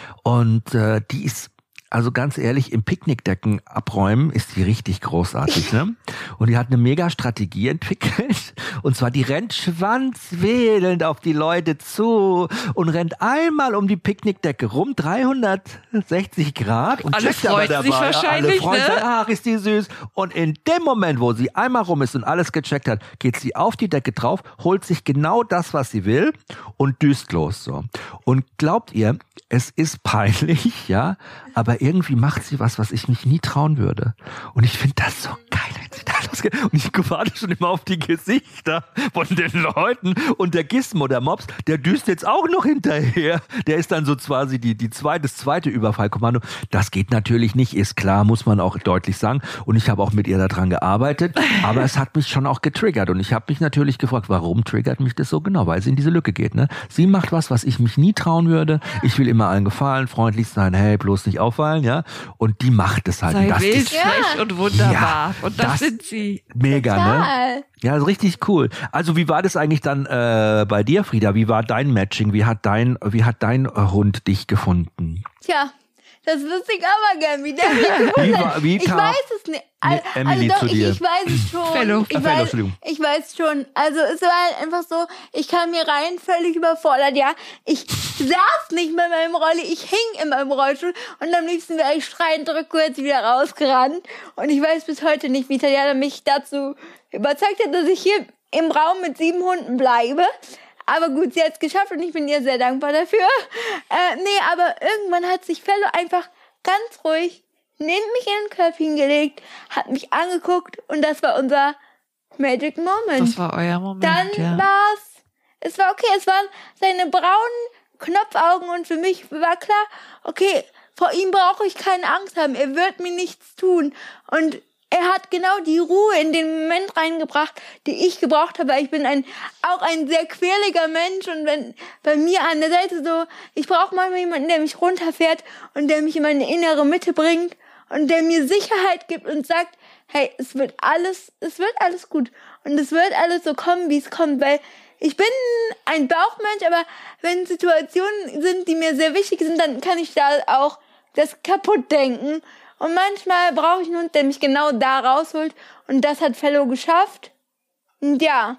Und äh, die ist, also ganz ehrlich, im Picknickdecken abräumen ist die richtig großartig, ne? Und die hat eine mega Strategie entwickelt. Und zwar, die rennt schwanzwedelnd auf die Leute zu und rennt einmal um die Picknickdecke rum, dreihundertsechzig Grad. Und Alle checkt aber freuen dabei. sich wahrscheinlich, Alle freuen ne? sich, ach, ist die süß. Und in dem Moment, wo sie einmal rum ist und alles gecheckt hat, geht sie auf die Decke drauf, holt sich genau das, was sie will und düst los, so. Und glaubt ihr, es ist peinlich, ja, aber irgendwie macht sie was, was ich mich nie trauen würde. Und ich finde das so geil, wenn sie da losgeht. Und ich warte schon immer auf die Gesichter von den Leuten. Und der Gizmo, der Mops, der düst jetzt auch noch hinterher. Der ist dann so quasi die, die zweite, das zweite Überfallkommando. Das geht natürlich nicht, ist klar, muss man auch deutlich sagen. Und ich habe auch mit ihr daran gearbeitet. Aber es hat mich schon auch getriggert. Und ich habe mich natürlich gefragt, warum triggert mich das so genau? Weil sie in diese Lücke geht. Ne? Sie macht was, was ich mich nie trauen würde. Ich will immer allen gefallen, freundlich sein, hey, bloß nicht auffallen, ja. Und die macht es halt. Sei das wild, ist, frech und wunderbar. Ja, und das, das sind sie. Mega, Total. ne? Ja, also richtig cool. Also wie war das eigentlich dann äh, bei dir, Frieda? Wie war dein Matching? Wie hat dein, wie hat dein Hund dich gefunden? Tja, das wüsste ich aber gern, wie der mich gefunden hat. Wie ich kam weiß es nicht. Also, Emily also doch, zu dir? Ich, ich weiß es schon. Fellow. Ich, Ah, Fellow, weiß, Entschuldigung. ich weiß schon. Also es war halt einfach so, ich kam hier rein, völlig überfordert, ja. Ich saß nicht mehr in meinem Rolli, ich hing in meinem Rollstuhl und am liebsten wäre ich schreiend rückwärts wieder rausgerannt. Und ich weiß bis heute nicht, wie Tatjana mich dazu überzeugt hat, dass ich hier im Raum mit sieben Hunden bleibe. Aber gut, sie hat es geschafft und ich bin ihr sehr dankbar dafür. Äh, nee, aber irgendwann hat sich Fellow einfach ganz ruhig neben mich in den Köpfchen gelegt, hat mich angeguckt und das war unser Magic Moment. Das war euer Moment, Dann ja. war's, es war okay, es waren seine braunen Knopfaugen und für mich war klar, okay, vor ihm brauche ich keine Angst haben, er wird mir nichts tun. Und er hat genau die Ruhe in den Moment reingebracht, die ich gebraucht habe. Ich bin ein auch ein sehr quirliger Mensch und wenn bei mir an der Seite so, ich brauche manchmal jemanden, der mich runterfährt und der mich in meine innere Mitte bringt und der mir Sicherheit gibt und sagt, hey, es wird alles, es wird alles gut und es wird alles so kommen, wie es kommt, weil ich bin ein Bauchmensch, aber wenn Situationen sind, die mir sehr wichtig sind, dann kann ich da auch das kaputt denken. Und manchmal brauche ich einen Hund, der mich genau da rausholt. Und das hat Fellow geschafft. Und ja.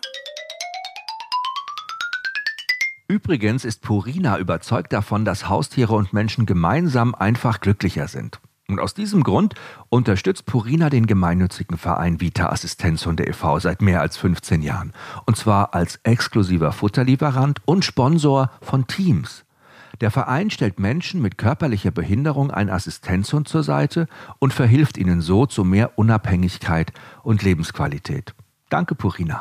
Übrigens ist Purina überzeugt davon, dass Haustiere und Menschen gemeinsam einfach glücklicher sind. Und aus diesem Grund unterstützt Purina den gemeinnützigen Verein Vita Assistenzhunde e V seit mehr als fünfzehn Jahren. Und zwar als exklusiver Futterlieferant und Sponsor von Teams. Der Verein stellt Menschen mit körperlicher Behinderung einen Assistenzhund zur Seite und verhilft ihnen so zu mehr Unabhängigkeit und Lebensqualität. Danke, Purina.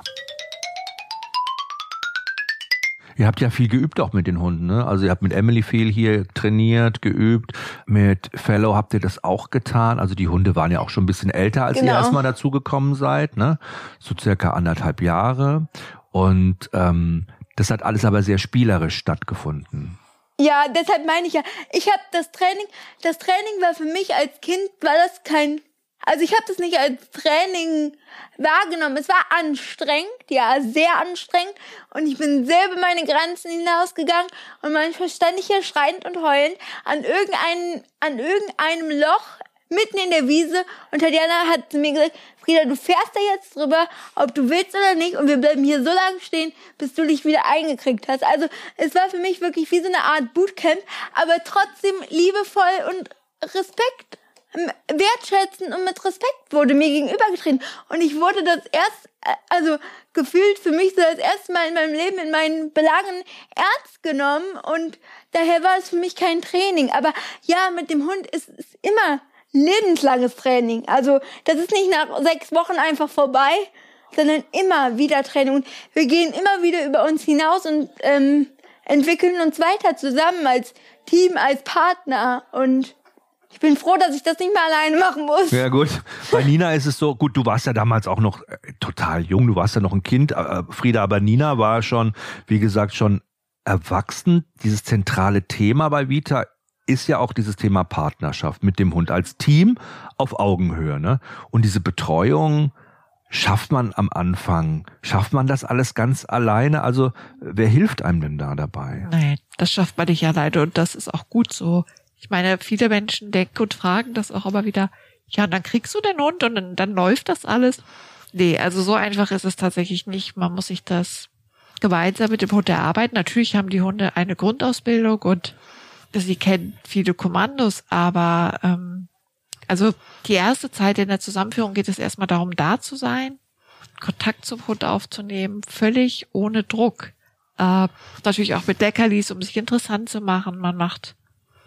Ihr habt ja viel geübt auch mit den Hunden, ne? Also ihr habt mit Emily viel hier trainiert, geübt. Mit Fellow habt ihr das auch getan. Also die Hunde waren ja auch schon ein bisschen älter, als Genau. ihr erstmal dazugekommen seid, ne? So circa anderthalb Jahre. Und ähm, das hat alles aber sehr spielerisch stattgefunden. Ja, deshalb meine ich ja, ich habe das Training, das Training war für mich als Kind, war das kein, also ich habe das nicht als Training wahrgenommen. Es war anstrengend, ja, sehr anstrengend und ich bin sehr über meine Grenzen hinausgegangen und manchmal stand ich hier schreiend und heulend an irgendeinem, an irgendeinem Loch mitten in der Wiese und Tatjana hat zu mir gesagt, Frieda, du fährst da jetzt drüber, ob du willst oder nicht und wir bleiben hier so lange stehen, bis du dich wieder eingekriegt hast. Also es war für mich wirklich wie so eine Art Bootcamp, aber trotzdem liebevoll und Respekt, wertschätzen und mit Respekt wurde mir gegenübergetreten. Und ich wurde das erst, also gefühlt für mich so das erste Mal in meinem Leben in meinen Belangen ernst genommen und daher war es für mich kein Training. Aber ja, mit dem Hund ist es immer lebenslanges Training. Also das ist nicht nach sechs Wochen einfach vorbei, sondern immer wieder Training. Und wir gehen immer wieder über uns hinaus und ähm, entwickeln uns weiter zusammen als Team, als Partner. Und ich bin froh, dass ich das nicht mehr alleine machen muss. Ja gut, bei Nina ist es so, gut, du warst ja damals auch noch äh, total jung, du warst ja noch ein Kind, äh, Frieda, aber Nina war schon, wie gesagt, schon erwachsen. Dieses zentrale Thema bei Vita ist ja auch dieses Thema Partnerschaft mit dem Hund als Team auf Augenhöhe, ne? Und diese Betreuung schafft man am Anfang, schafft man das alles ganz alleine? Also wer hilft einem denn da dabei? Nein, das schafft man nicht alleine und das ist auch gut so. Ich meine, viele Menschen denken und fragen das auch immer wieder, ja, dann kriegst du den Hund und dann, dann läuft das alles. Nee, also so einfach ist es tatsächlich nicht. Man muss sich das gemeinsam mit dem Hund erarbeiten. Natürlich haben die Hunde eine Grundausbildung und sie kennen viele Kommandos, aber ähm, also die erste Zeit in der Zusammenführung geht es erstmal darum, da zu sein, Kontakt zum Hund aufzunehmen, völlig ohne Druck. Äh, natürlich auch mit Leckerlis, um sich interessant zu machen. Man macht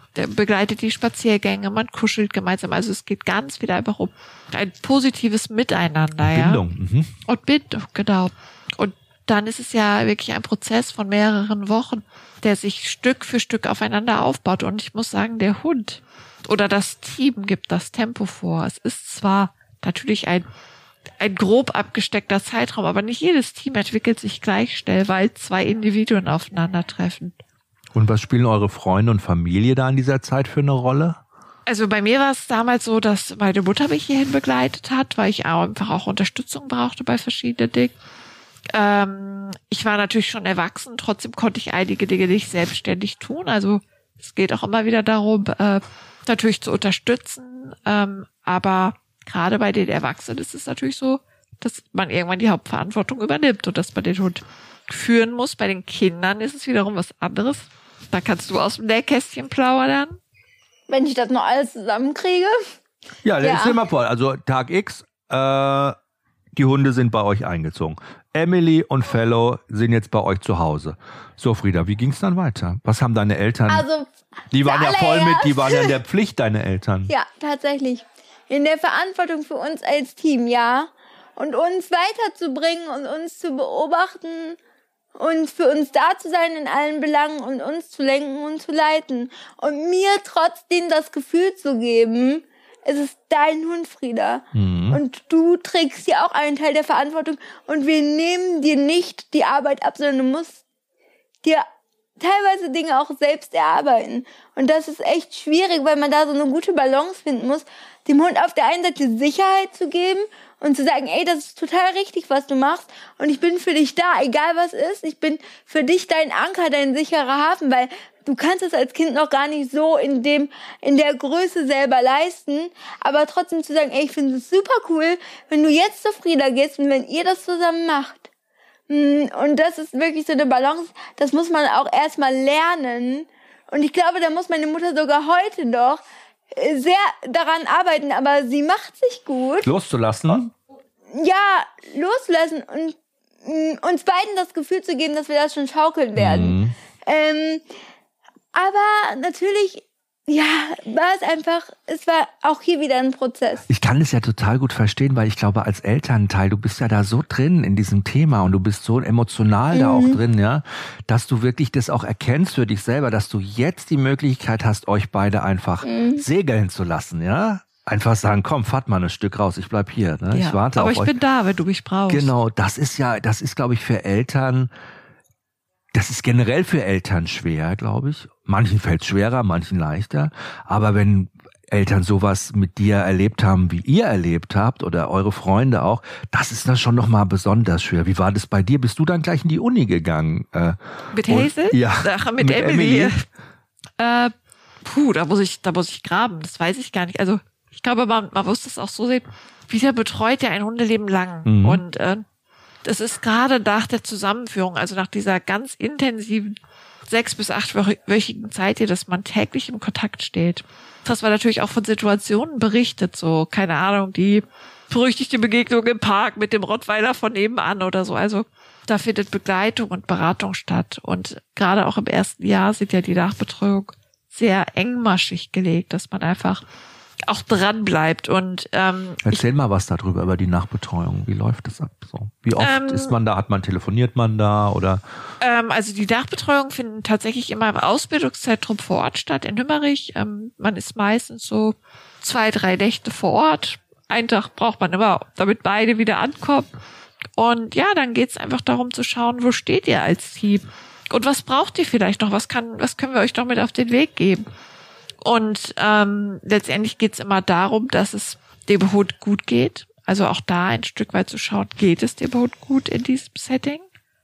der begleitet die Spaziergänge, man kuschelt gemeinsam. Also es geht ganz viel einfach um ein positives Miteinander. Bindung. Ja? Mhm. Und Bindung, genau. Und dann ist es ja wirklich ein Prozess von mehreren Wochen, der sich Stück für Stück aufeinander aufbaut. Und ich muss sagen, der Hund oder das Team gibt das Tempo vor. Es ist zwar natürlich ein, ein grob abgesteckter Zeitraum, aber nicht jedes Team entwickelt sich gleich schnell, weil zwei Individuen aufeinandertreffen. Und was spielen eure Freunde und Familie da in dieser Zeit für eine Rolle? Also bei mir war es damals so, dass meine Mutter mich hierhin begleitet hat, weil ich auch einfach auch Unterstützung brauchte bei verschiedenen Dingen. Ähm, ich war natürlich schon erwachsen, trotzdem konnte ich einige Dinge nicht selbstständig tun. Also es geht auch immer wieder darum, äh, natürlich zu unterstützen. Ähm, aber gerade bei den Erwachsenen ist es natürlich so, dass man irgendwann die Hauptverantwortung übernimmt und dass man den Hund führen muss. Bei den Kindern ist es wiederum was anderes. Da kannst du aus dem Nähkästchen plaudern. Wenn ich das noch alles zusammenkriege. Ja, Ja. stell mal vor, also Tag X, äh, die Hunde sind bei euch eingezogen. Emily und Fellow sind jetzt bei euch zu Hause. So, Frieda, wie ging's dann weiter? Was haben deine Eltern? Also, die waren ja voll mit, die zuallererst- waren ja in der Pflicht, deine Eltern. Ja, tatsächlich. In der Verantwortung für uns als Team, ja. Und uns weiterzubringen und uns zu beobachten und für uns da zu sein in allen Belangen und uns zu lenken und zu leiten. Und mir trotzdem das Gefühl zu geben, es ist dein Hund, Frieda. Mhm. Und du trägst hier auch einen Teil der Verantwortung. Und wir nehmen dir nicht die Arbeit ab, sondern du musst dir teilweise Dinge auch selbst erarbeiten. Und das ist echt schwierig, weil man da so eine gute Balance finden muss, dem Hund auf der einen Seite Sicherheit zu geben und zu sagen, ey, das ist total richtig, was du machst und ich bin für dich da, egal was ist. Ich bin für dich dein Anker, dein sicherer Hafen, weil du kannst es als Kind noch gar nicht so in dem in der Größe selber leisten, aber trotzdem zu sagen, ey, ich finde es super cool, wenn du jetzt zu Frieda gehst und wenn ihr das zusammen macht. Und das ist wirklich so eine Balance, das muss man auch erstmal lernen. Und ich glaube, da muss meine Mutter sogar heute noch sehr daran arbeiten, aber sie macht sich gut. Loszulassen? Ja, loslassen und mh, uns beiden das Gefühl zu geben, dass wir das schon schaukeln werden. Mhm. Ähm, aber natürlich, ja, war es einfach, es war auch hier wieder ein Prozess. Ich kann es ja total gut verstehen, weil ich glaube, als Elternteil, du bist ja da so drin in diesem Thema und du bist so emotional mhm. da auch drin, ja, dass du wirklich das auch erkennst für dich selber, dass du jetzt die Möglichkeit hast, euch beide einfach mhm. segeln zu lassen, ja. Einfach sagen, komm, fahrt mal ein Stück raus, ich bleib hier. Ne? Ja, ich warte aber auf ich euch. bin da, wenn du mich brauchst. Genau, das ist ja, das ist, glaube ich, für Eltern, das ist generell für Eltern schwer, glaube ich. Manchen fällt es schwerer, manchen leichter. Aber wenn Eltern sowas mit dir erlebt haben, wie ihr erlebt habt, oder eure Freunde auch, das ist dann schon nochmal besonders schwer. Wie war das bei dir? Bist du dann gleich in die Uni gegangen? Äh, mit Hazel? Ja. Ach, mit, mit Emily. Emily. Äh, puh, da muss ich, da muss ich graben. Das weiß ich gar nicht. Also ich glaube, man, man muss das auch so sehen. Wieder betreut ja ein Hundeleben lang. Mhm. Und äh, das ist gerade nach der Zusammenführung, also nach dieser ganz intensiven sechs- bis achtwöchigen Zeit hier, dass man täglich im Kontakt steht. Das war natürlich auch von Situationen berichtet, so, keine Ahnung, die berüchtigte Begegnung im Park mit dem Rottweiler von nebenan oder so. Also da findet Begleitung und Beratung statt. Und gerade auch im ersten Jahr sind ja die Nachbetreuung sehr engmaschig gelegt, dass man einfach auch dran bleibt. Und ähm, erzähl ich, mal was darüber, über die Nachbetreuung. Wie läuft das ab? So, wie oft ähm, ist man da? Hat man, telefoniert man da oder? Ähm, also die Nachbetreuung finden tatsächlich immer im Ausbildungszentrum vor Ort statt, in Hümmerich. Ähm, man ist meistens so zwei, drei Nächte vor Ort. Einen Tag braucht man immer, damit beide wieder ankommen. Und ja, dann geht's einfach darum zu schauen, wo steht ihr als Team? Und was braucht ihr vielleicht noch? Was kann, was können wir euch noch mit auf den Weg geben? Und ähm, letztendlich geht's immer darum, dass es dem Hund gut geht. Also auch da ein Stück weit zu schauen, geht es dem Hund gut in diesem Setting?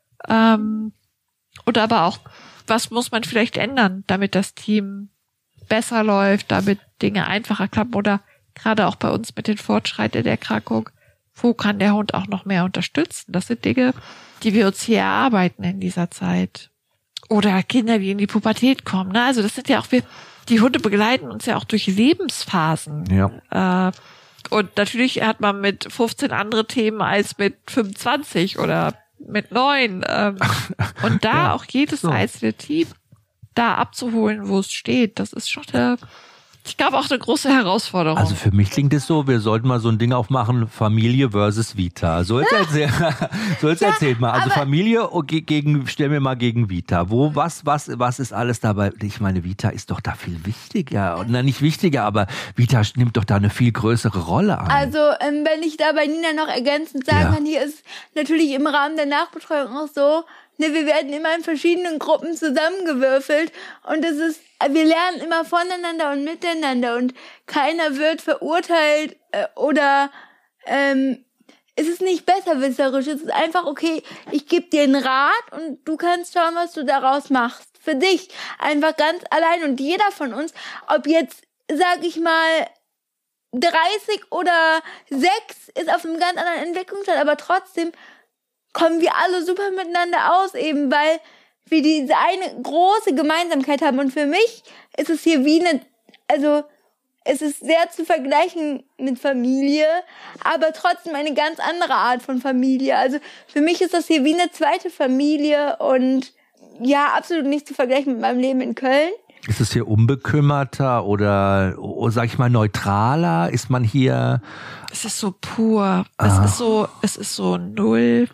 Ähm, und aber auch, was muss man vielleicht ändern, damit das Team besser läuft, damit Dinge einfacher klappen oder gerade auch bei uns mit den Fortschreiten der Erkrankung, wo kann der Hund auch noch mehr unterstützen? Das sind Dinge, die wir uns hier erarbeiten in dieser Zeit. Oder Kinder, die in die Pubertät kommen. Ne? Also das sind ja auch wir, die Hunde begleiten uns ja auch durch Lebensphasen. Ja. Äh, und natürlich hat man mit fünfzehn andere Themen als mit fünfundzwanzig oder mit neun. Ähm, und da ja, auch jedes so. einzelne Team da abzuholen, wo es steht, das ist schon eine, ich glaube, auch eine große Herausforderung. Also für mich klingt es so, wir sollten mal so ein Ding aufmachen, Familie versus Vita. So jetzt, erzähl, so jetzt ja, erzählt mal. Also Familie gegen, stell mir mal gegen Vita. Wo, was, was, was ist alles dabei? Ich meine, Vita ist doch da viel wichtiger. Na, nicht wichtiger, aber Vita nimmt doch da eine viel größere Rolle ein. Also, ähm, wenn ich da bei Nina noch ergänzend sagen ja. kann, hier ist natürlich im Rahmen der Nachbetreuung auch so, ne, wir werden immer in verschiedenen Gruppen zusammengewürfelt und es ist, wir lernen immer voneinander und miteinander und keiner wird verurteilt äh, oder ähm, es ist nicht besserwisserisch, es ist einfach, okay, ich gebe dir einen Rat und du kannst schauen, was du daraus machst. Für dich. Einfach ganz allein und jeder von uns, ob jetzt, sag ich mal, dreißig oder sechs, ist auf einem ganz anderen Entwicklungsstand, aber trotzdem kommen wir alle super miteinander aus, eben weil wir diese eine große Gemeinsamkeit haben. Und für mich ist es hier wie eine, also es ist sehr zu vergleichen mit Familie, aber trotzdem eine ganz andere Art von Familie. Also für mich ist das hier wie eine zweite Familie und ja, absolut nicht zu vergleichen mit meinem Leben in Köln. Ist es hier unbekümmerter oder, oder sag ich mal, neutraler? Ist man hier? Es ist so pur. Ah. Es ist so, es ist so null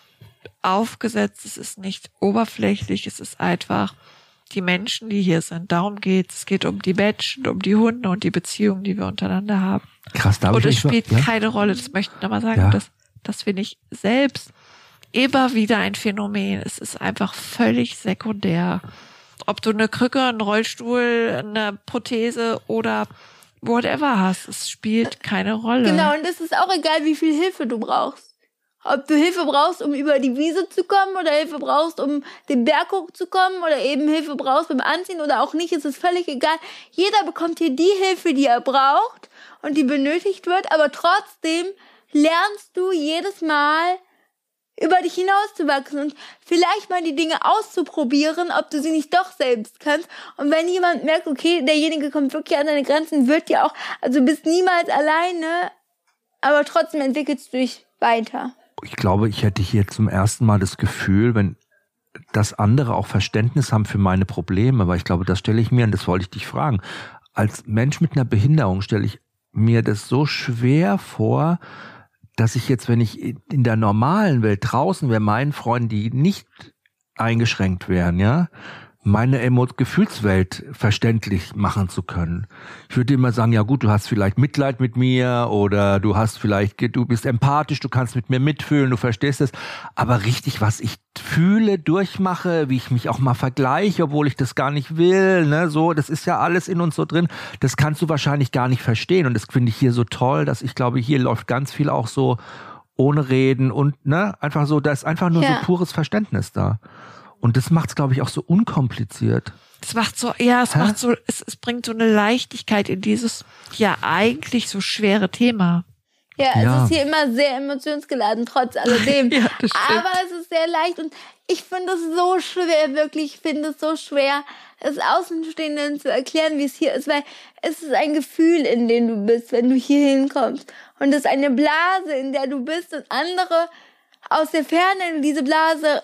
aufgesetzt. Es ist nicht oberflächlich. Es ist einfach die Menschen, die hier sind. Darum geht's. Es geht um die Menschen, um die Hunde und die Beziehungen, die wir untereinander haben. Krass, da und es spielt mal, ja? keine Rolle. Das möchte ich nochmal sagen. Ja. Das, das finde ich selbst immer wieder ein Phänomen. Es ist einfach völlig sekundär. Ob du eine Krücke, einen Rollstuhl, eine Prothese oder whatever hast, es spielt keine Rolle. Genau, und es ist auch egal, wie viel Hilfe du brauchst. Ob du Hilfe brauchst, um über die Wiese zu kommen oder Hilfe brauchst, um den Berg hochzukommen oder eben Hilfe brauchst beim Anziehen oder auch nicht, es ist völlig egal. Jeder bekommt hier die Hilfe, die er braucht und die benötigt wird, aber trotzdem lernst du jedes Mal über dich hinauszuwachsen und vielleicht mal die Dinge auszuprobieren, ob du sie nicht doch selbst kannst. Und wenn jemand merkt, okay, derjenige kommt wirklich an seine Grenzen, wird dir auch, also du bist niemals alleine, aber trotzdem entwickelst du dich weiter. Ich glaube, ich hätte hier zum ersten Mal das Gefühl, wenn dass andere auch Verständnis haben für meine Probleme, weil ich glaube, das stelle ich mir, und das wollte ich dich fragen, als Mensch mit einer Behinderung stelle ich mir das so schwer vor, dass ich jetzt, wenn ich in der normalen Welt draußen wäre, meinen Freunden, die nicht eingeschränkt wären, ja, meine Emo- Gefühlswelt verständlich machen zu können. Ich würde immer sagen, ja gut, du hast vielleicht Mitleid mit mir oder du hast vielleicht, du bist empathisch, du kannst mit mir mitfühlen, du verstehst es. Aber richtig, was ich fühle, durchmache, wie ich mich auch mal vergleiche, obwohl ich das gar nicht will, ne, so, das ist ja alles in uns so drin. Das kannst du wahrscheinlich gar nicht verstehen. Und das finde ich hier so toll, dass ich glaube, hier läuft ganz viel auch so ohne Reden und, ne, einfach so, da ist einfach nur ja. so pures Verständnis da. Und das macht's, glaube ich, auch so unkompliziert. Es macht so, ja, es Hä? macht so, es, es bringt so eine Leichtigkeit in dieses, ja, eigentlich so schwere Thema. Ja, es ja. ist hier immer sehr emotionsgeladen, trotz alledem. Ja, das stimmt. Aber es ist sehr leicht und ich finde es so schwer, wirklich, ich finde es so schwer, es Außenstehenden zu erklären, wie es hier ist, weil es ist ein Gefühl, in dem du bist, wenn du hier hinkommst. Und es ist eine Blase, in der du bist und andere aus der Ferne in diese Blase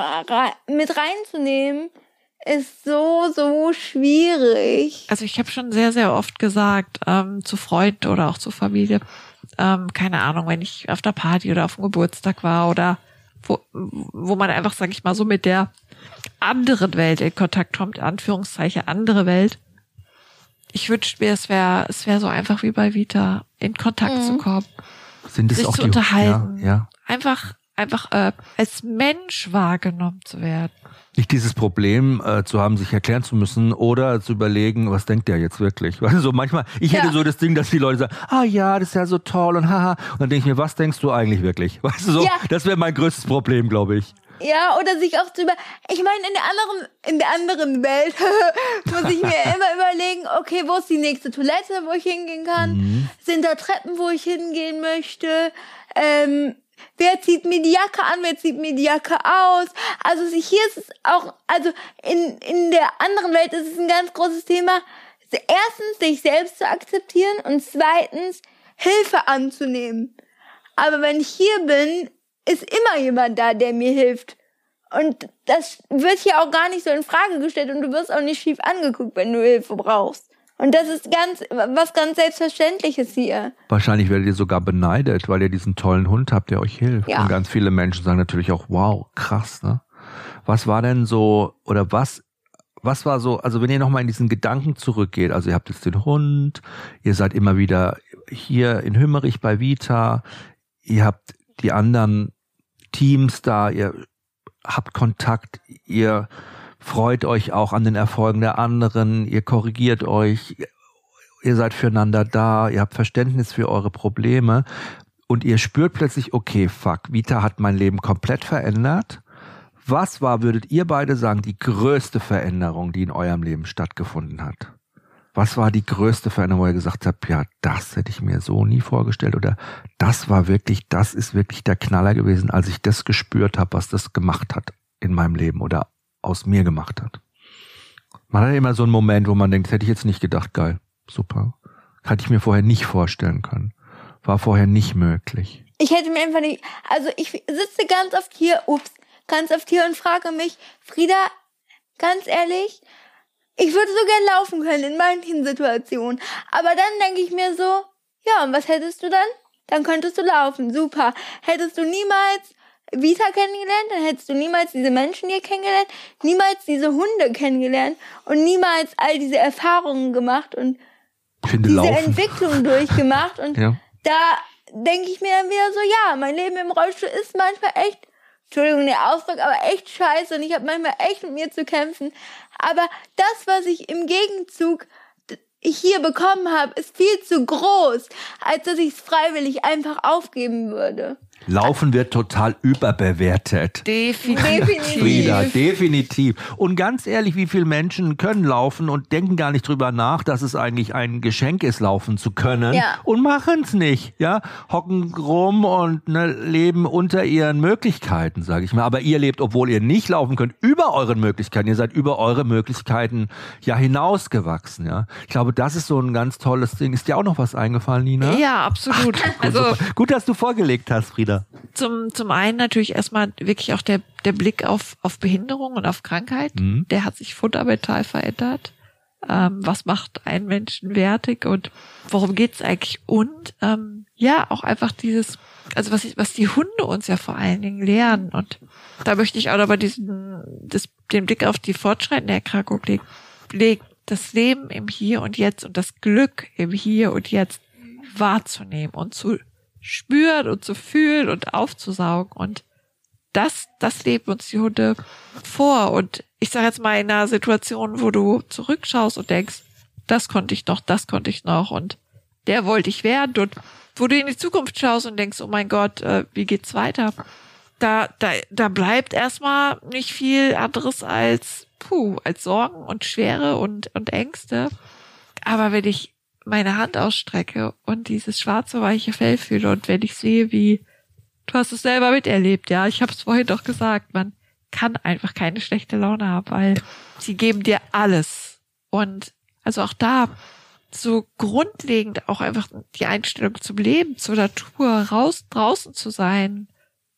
mit reinzunehmen, ist so, so schwierig. Also ich habe schon sehr, sehr oft gesagt, ähm, zu Freunden oder auch zur Familie, ähm, keine Ahnung, wenn ich auf der Party oder auf dem Geburtstag war oder wo, wo man einfach, sag ich mal, so mit der anderen Welt in Kontakt kommt, Anführungszeichen, andere Welt. Ich wünschte mir, es wäre es wäre so einfach wie bei Vita, in Kontakt mhm. zu kommen, Sind es sich auch zu die, unterhalten, ja, ja. einfach einfach äh, als Mensch wahrgenommen zu werden. Nicht dieses Problem äh, zu haben, sich erklären zu müssen oder zu überlegen, was denkt der jetzt wirklich? Weißt du, so manchmal, ich ja. hätte so das Ding, dass die Leute sagen, ah ja, das ist ja so toll und haha. Und dann denke ich mir, was denkst du eigentlich wirklich? Weißt du, so, ja. das wäre mein größtes Problem, glaube ich. Ja, oder sich auch zu über... Ich meine, in der anderen, in der anderen Welt muss ich mir immer überlegen, okay, wo ist die nächste Toilette, wo ich hingehen kann? Mhm. Sind da Treppen, wo ich hingehen möchte? Ähm... Wer zieht mir die Jacke an, wer zieht mir die Jacke aus? Also hier ist es auch, also in, in der anderen Welt ist es ein ganz großes Thema, erstens sich selbst zu akzeptieren und zweitens Hilfe anzunehmen. Aber wenn ich hier bin, ist immer jemand da, der mir hilft. Und das wird hier auch gar nicht so in Frage gestellt und du wirst auch nicht schief angeguckt, wenn du Hilfe brauchst. Und das ist ganz was ganz Selbstverständliches hier. Wahrscheinlich werdet ihr sogar beneidet, weil ihr diesen tollen Hund habt, der euch hilft. Ja. Und ganz viele Menschen sagen natürlich auch, wow, krass, ne? Was war denn so, oder was, was war so, also wenn ihr nochmal in diesen Gedanken zurückgeht, also ihr habt jetzt den Hund, ihr seid immer wieder hier in Hümmerich bei Vita, ihr habt die anderen Teams da, ihr habt Kontakt, ihr freut euch auch an den Erfolgen der anderen, ihr korrigiert euch, ihr seid füreinander da, ihr habt Verständnis für eure Probleme und ihr spürt plötzlich, okay, fuck, Vita hat mein Leben komplett verändert. Was war, würdet ihr beide sagen, die größte Veränderung, die in eurem Leben stattgefunden hat? Was war die größte Veränderung, wo ihr gesagt habt, ja, das hätte ich mir so nie vorgestellt oder das war wirklich, das ist wirklich der Knaller gewesen, als ich das gespürt habe, was das gemacht hat in meinem Leben oder aus mir gemacht hat. Man hat immer so einen Moment, wo man denkt, das hätte ich jetzt nicht gedacht, geil, super. Hatte ich mir vorher nicht vorstellen können. War vorher nicht möglich. Ich hätte mir einfach nicht, also ich sitze ganz oft hier, ups, ganz oft hier und frage mich, Frieda, ganz ehrlich, ich würde so gern laufen können in manchen Situationen. Aber dann denke ich mir so, ja, und was hättest du dann? Dann könntest du laufen, super. Hättest du niemals Vita kennengelernt, dann hättest du niemals diese Menschen hier kennengelernt, niemals diese Hunde kennengelernt und niemals all diese Erfahrungen gemacht und Finde diese laufen. Entwicklung durchgemacht. Und ja. da denke ich mir dann wieder so, ja, mein Leben im Rollstuhl ist manchmal echt, Entschuldigung der Ausdruck, aber echt scheiße und ich habe manchmal echt mit mir zu kämpfen. Aber das, was ich im Gegenzug hier bekommen habe, ist viel zu groß, als dass ich es freiwillig einfach aufgeben würde. Laufen wird total überbewertet. Definitiv. Frieda, definitiv. Und ganz ehrlich, wie viele Menschen können laufen und denken gar nicht drüber nach, dass es eigentlich ein Geschenk ist, laufen zu können Ja. und machen es nicht. Ja, hocken rum und ne, leben unter ihren Möglichkeiten, sage ich mal. Aber ihr lebt, obwohl ihr nicht laufen könnt, über euren Möglichkeiten. Ihr seid über eure Möglichkeiten ja hinausgewachsen. Ja, ich glaube, das ist so ein ganz tolles Ding. Ist dir auch noch was eingefallen, Nina? Ja, absolut. Also Gut, dass du vorgelegt hast, Frieda. zum zum einen natürlich erstmal wirklich auch der der Blick auf auf Behinderung und auf Krankheit. Mhm. Der hat sich fundamental verändert. Ähm, was macht einen Menschen wertig und worum geht's eigentlich? Und ähm, ja, auch einfach dieses, also was ich, was die Hunde uns ja vor allen Dingen lernen. Und da möchte ich auch aber diesen das, den Blick auf die fortschreitende Erkrankung legen. Legt das Leben im Hier und Jetzt und das Glück im Hier und Jetzt wahrzunehmen und zu spüren und zu fühlen und aufzusaugen. Und das, das leben uns die Hunde vor. Und ich sage jetzt mal in einer Situation, wo du zurückschaust und denkst, das konnte ich noch, das konnte ich noch und der wollte ich werden. Und wo du in die Zukunft schaust und denkst, oh mein Gott, äh, wie geht's weiter? Da, da, da bleibt erstmal nicht viel anderes als, puh, als Sorgen und Schwere und, und Ängste. Aber wenn ich meine Hand ausstrecke und dieses schwarze, weiche Fell fühle und wenn ich sehe, wie, du hast es selber miterlebt, ja, ich habe es vorhin doch gesagt, man kann einfach keine schlechte Laune haben, weil sie geben dir alles. Und also auch da so grundlegend auch einfach die Einstellung zum Leben, zur Natur, raus, draußen zu sein,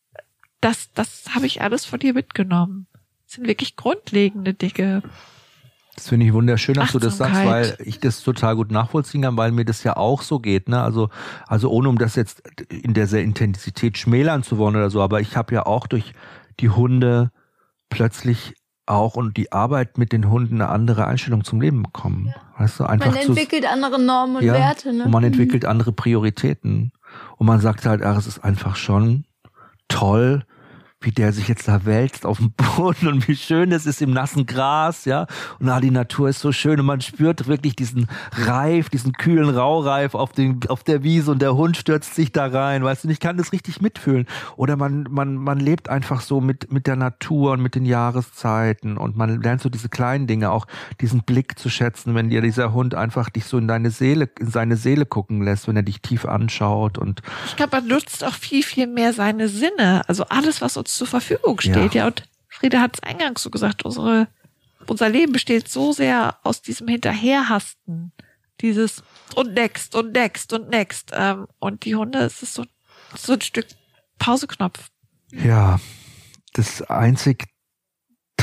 das, das habe ich alles von dir mitgenommen. Das sind wirklich grundlegende Dinge. Das finde ich wunderschön, dass du das sagst, weil Achtsamkeit. ich das total gut nachvollziehen kann, weil mir das ja auch so geht, ne? Also, also ohne um das jetzt in dieser Intensität schmälern zu wollen oder so, aber ich habe ja auch durch die Hunde plötzlich auch und die Arbeit mit den Hunden eine andere Einstellung zum Leben bekommen. Ja. Weißt du, einfach Man entwickelt zu, andere Normen und ja, Werte, ne? Und man entwickelt andere Prioritäten. Und man sagt halt, ach, es ist einfach schon toll, wie der sich jetzt da wälzt auf dem Boden und wie schön es ist im nassen Gras, ja. Und ah, die Natur ist so schön und man spürt wirklich diesen Reif, diesen kühlen Raureif auf den, auf der Wiese und der Hund stürzt sich da rein, weißt du, und ich kann das richtig mitfühlen. Oder man, man, man lebt einfach so mit, mit der Natur und mit den Jahreszeiten und man lernt so diese kleinen Dinge, auch diesen Blick zu schätzen, wenn dir dieser Hund einfach dich so in deine Seele, in seine Seele gucken lässt, wenn er dich tief anschaut und. Ich glaube, man nutzt auch viel, viel mehr seine Sinne. Also alles, was uns zur Verfügung steht, ja. ja. Und Frieda hat es eingangs so gesagt, unsere, unser Leben besteht so sehr aus diesem Hinterherhasten. Dieses und next und next und next. Ähm, und die Hunde, es ist so, so ein Stück Pauseknopf. Ja, das einzig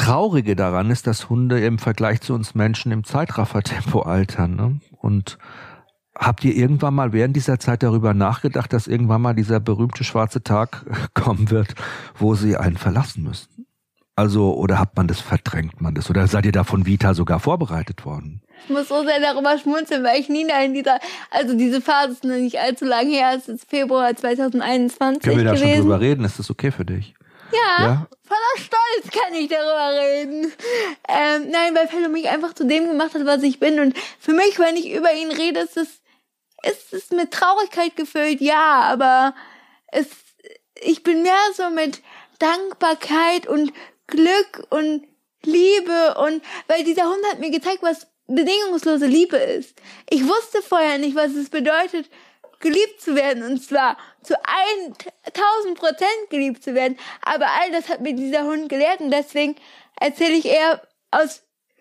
Traurige daran ist, dass Hunde im Vergleich zu uns Menschen im Zeitraffertempo altern. Ne? Und habt ihr irgendwann mal während dieser Zeit darüber nachgedacht, dass irgendwann mal dieser berühmte schwarze Tag kommen wird, wo sie einen verlassen müssen? Also, oder hat man das, verdrängt man das? Oder seid ihr da von Vita sogar vorbereitet worden? Ich muss so sehr darüber schmunzeln, weil ich Nina in dieser, also diese Phase ist noch nicht allzu lange her, es ist Februar zwanzig einundzwanzig Können wir da gewesen. schon drüber reden? Ist das okay für dich? Ja, ja, voller Stolz kann ich darüber reden. Ähm, nein, weil Fellow mich einfach zu dem gemacht hat, was ich bin. Und für mich, wenn ich über ihn rede, ist es, ist es mit Traurigkeit gefüllt, ja, aber es, ich bin mehr so mit Dankbarkeit und Glück und Liebe und, weil dieser Hund hat mir gezeigt, was bedingungslose Liebe ist. Ich wusste vorher nicht, was es bedeutet, geliebt zu werden, und zwar zu tausend Prozent geliebt zu werden. Aber all das hat mir dieser Hund gelehrt, und deswegen erzähle ich eher aus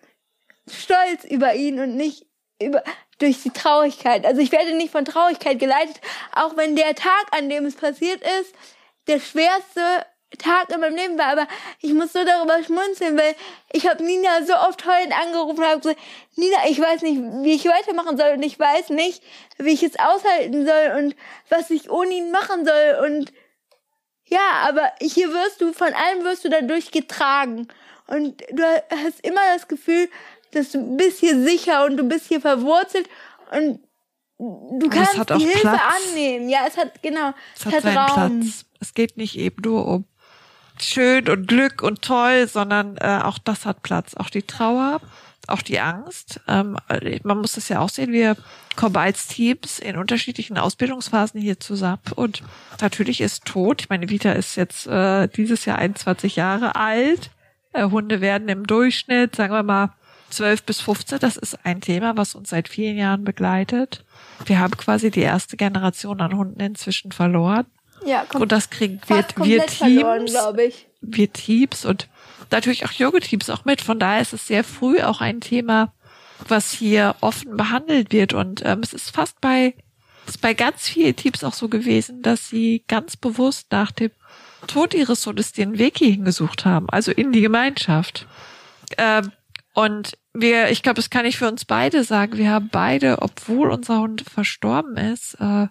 Stolz über ihn und nicht über durch die Traurigkeit. Also ich werde nicht von Traurigkeit geleitet, auch wenn der Tag, an dem es passiert ist, der schwerste Tag in meinem Leben war, aber ich muss so darüber schmunzeln, weil ich habe Nina so oft heulend angerufen und habe gesagt, Nina, ich weiß nicht, wie ich weitermachen soll, und ich weiß nicht, wie ich es aushalten soll und was ich ohne ihn machen soll, und ja, aber hier wirst du, von allem wirst du dadurch getragen, und du hast immer das Gefühl, dass du bist hier sicher und du bist hier verwurzelt und du kannst die Hilfe Platz. annehmen. Ja, es hat, genau, es, es hat, hat seinen Raum. Platz. Es geht nicht eben nur um schön und Glück und toll, sondern äh, auch das hat Platz. Auch die Trauer, auch die Angst. Ähm, man muss das ja auch sehen, wir kommen als Teams in unterschiedlichen Ausbildungsphasen hier zusammen, und natürlich ist Tod, ich meine, Vita ist jetzt äh, dieses Jahr einundzwanzig Jahre alt, äh, Hunde werden im Durchschnitt, sagen wir mal, zwölf bis fünfzehn, das ist ein Thema, was uns seit vielen Jahren begleitet. Wir haben quasi die erste Generation an Hunden inzwischen verloren. Ja, und das kriegen wir, wir Teams, verloren, wir Teams und natürlich auch junge Teams auch mit. Von daher ist es sehr früh auch ein Thema, was hier offen behandelt wird. Und ähm, es ist fast bei, es ist bei ganz vielen Teams auch so gewesen, dass sie ganz bewusst nach dem Tod ihres Sohnes den Weg hierhin gesucht haben, also in die Gemeinschaft. Ähm, und wir, ich glaube, das kann ich für uns beide sagen, wir haben beide, obwohl unser Hund verstorben ist, äh,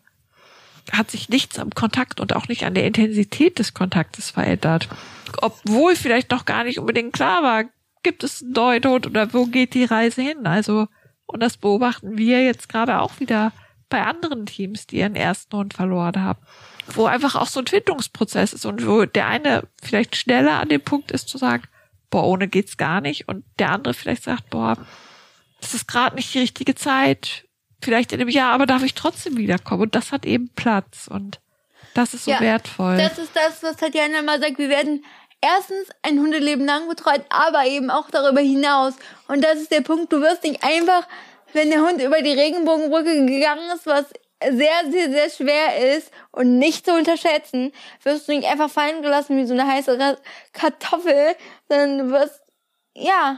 hat sich nichts am Kontakt und auch nicht an der Intensität des Kontaktes verändert. Obwohl vielleicht noch gar nicht unbedingt klar war, gibt es einen neuen Hund oder wo geht die Reise hin? Also, und das beobachten wir jetzt gerade auch wieder bei anderen Teams, die ihren ersten Hund verloren haben, wo einfach auch so ein Findungsprozess ist und wo der eine vielleicht schneller an dem Punkt ist zu sagen, boah, ohne geht's gar nicht, und der andere vielleicht sagt, boah, das ist gerade nicht die richtige Zeit, vielleicht in einem Jahr, aber darf ich trotzdem wiederkommen, und das hat eben Platz, und das ist so ja wertvoll. Das ist das, was Tatjana mal sagt, wir werden erstens ein Hundeleben lang betreut, aber eben auch darüber hinaus, und das ist der Punkt, du wirst nicht einfach, wenn der Hund über die Regenbogenbrücke gegangen ist, was sehr, sehr, sehr schwer ist und nicht zu unterschätzen, wirst du nicht einfach fallen gelassen wie so eine heiße Kartoffel, sondern du wirst, ja,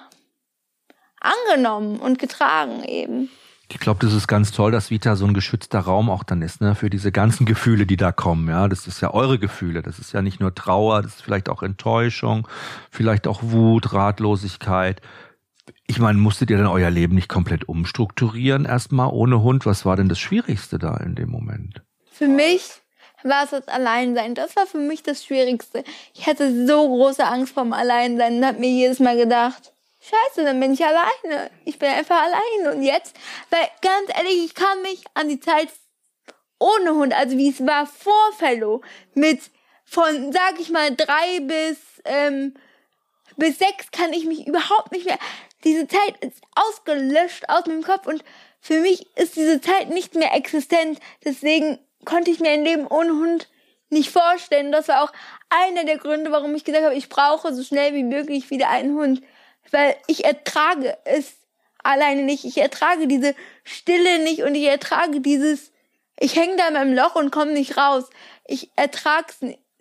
angenommen und getragen eben. Ich glaube, das ist ganz toll, dass Vita so ein geschützter Raum auch dann ist, ne, für diese ganzen Gefühle, die da kommen, ja. Das ist ja eure Gefühle. Das ist ja nicht nur Trauer, das ist vielleicht auch Enttäuschung, vielleicht auch Wut, Ratlosigkeit. Ich meine, musstet ihr denn euer Leben nicht komplett umstrukturieren, erstmal ohne Hund? Was war denn das Schwierigste da in dem Moment? Für mich war es das Alleinsein. Das war für mich das Schwierigste. Ich hatte so große Angst vorm Alleinsein und habe mir jedes Mal gedacht, scheiße, dann bin ich alleine. Ich bin einfach alleine. Und jetzt, weil ganz ehrlich, ich kann mich an die Zeit ohne Hund, also wie es war vor Fellow, mit von, sag ich mal, drei bis, ähm, bis sechs kann ich mich überhaupt nicht mehr, diese Zeit ist ausgelöscht aus meinem Kopf, und für mich ist diese Zeit nicht mehr existent. Deswegen konnte ich mir ein Leben ohne Hund nicht vorstellen. Das war auch einer der Gründe, warum ich gesagt habe, ich brauche so schnell wie möglich wieder einen Hund. Weil ich ertrage es alleine nicht. Ich ertrage diese Stille nicht, und ich ertrage dieses, ich hänge da in meinem Loch und komme nicht raus. Ich ertrage es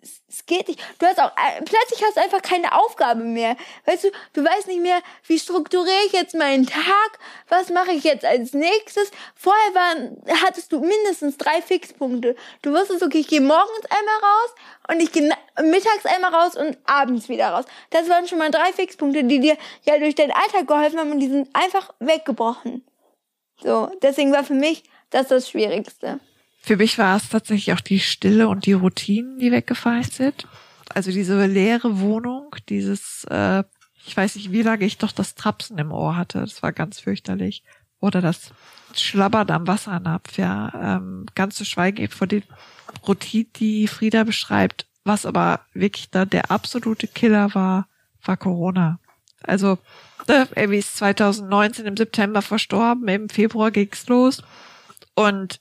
es geht nicht. Du hast auch, plötzlich hast du einfach keine Aufgabe mehr. Weißt du, du weißt nicht mehr, wie strukturiere ich jetzt meinen Tag? Was mache ich jetzt als nächstes? Vorher waren, hattest du mindestens drei Fixpunkte. Du wusstest, okay, ich gehe morgens einmal raus und ich gehe mittags einmal raus und abends wieder raus. Das waren schon mal drei Fixpunkte, die dir ja durch deinen Alltag geholfen haben und die sind einfach weggebrochen. So, deswegen war für mich das das Schwierigste. Für mich war es tatsächlich auch die Stille und die Routinen, die weggefallen sind. Also diese leere Wohnung, dieses, äh, ich weiß nicht, wie lange ich doch das Trapsen im Ohr hatte. Das war ganz fürchterlich. Oder das Schlabbern am Wassernapf, ja. Ähm, ganz zu schweigen von den Routinen, die Frieda beschreibt. Was aber wirklich dann der absolute Killer war, war Corona. Also, äh, Abby ist zwanzig neunzehn im September verstorben, im Februar ging's los. Und